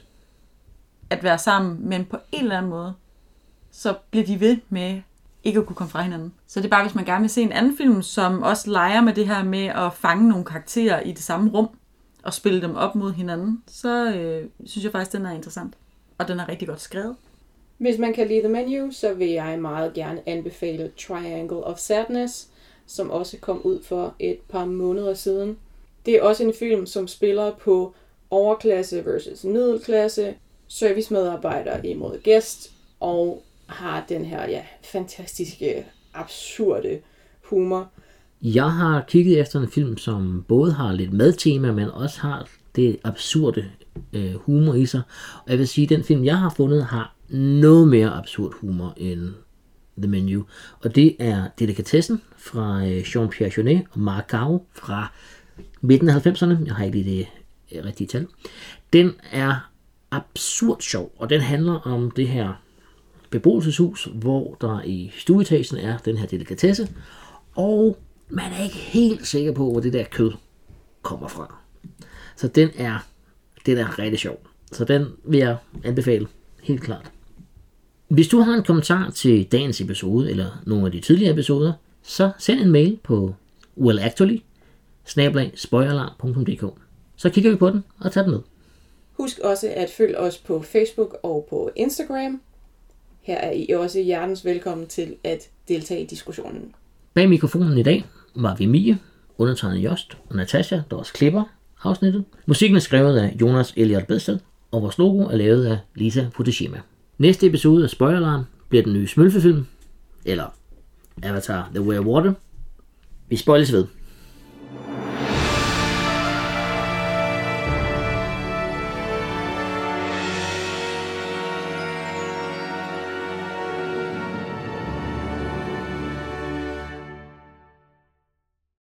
at være sammen, men på en eller anden måde, så bliver de ved med ikke at kunne komme fra hinanden. Så det er bare, hvis man gerne vil se en anden film, som også leger med det her med at fange nogle karakterer i det samme rum, og spille dem op mod hinanden, så øh, synes jeg faktisk, den er interessant. Og den er rigtig godt skrevet. Hvis man kan lide The Menu, så vil jeg meget gerne anbefale Triangle of Sadness, som også kom ud for et par måneder siden. Det er også en film, som spiller på overklasse versus middelklasse, servicemedarbejder imod gæst, og har den her ja, fantastiske, absurde humor. Jeg har kigget efter en film, som både har lidt madtema, men også har det absurde øh, humor i sig. Og jeg vil sige, at den film, jeg har fundet, har noget mere absurd humor end The Menu. Og det er Delikatessen fra øh, Jean-Pierre Jeunet og Marc Caro fra midten af halvfemserne. Jeg har ikke lige det øh, rigtige tal. Den er absurd sjov, og den handler om det her beboelseshus, hvor der i stueetagen er den her delikatesse, og man er ikke helt sikker på, hvor det der kød kommer fra. Så den er, den er rigtig sjov. Så den vil jeg anbefale, helt klart. Hvis du har en kommentar til dagens episode, eller nogle af de tidligere episoder, så send en mail på wellactually snabel-a spoiler punktum d k. Så kigger vi på den og tager den med. Husk også at følge os på Facebook og på Instagram. Her er I også hjertens velkommen til at deltage i diskussionen. Bag mikrofonen i dag var vi Mie, undertegnet Jost og Natasha, der også klipper afsnittet. Musikken er skrevet af Jonas Elliot Bedsted, og vores logo er lavet af Lisa Futashima. Næste episode af Spoiler-alarm bliver den nye Smølfefilm, eller Avatar The Way of Water. Vi spoiles ved.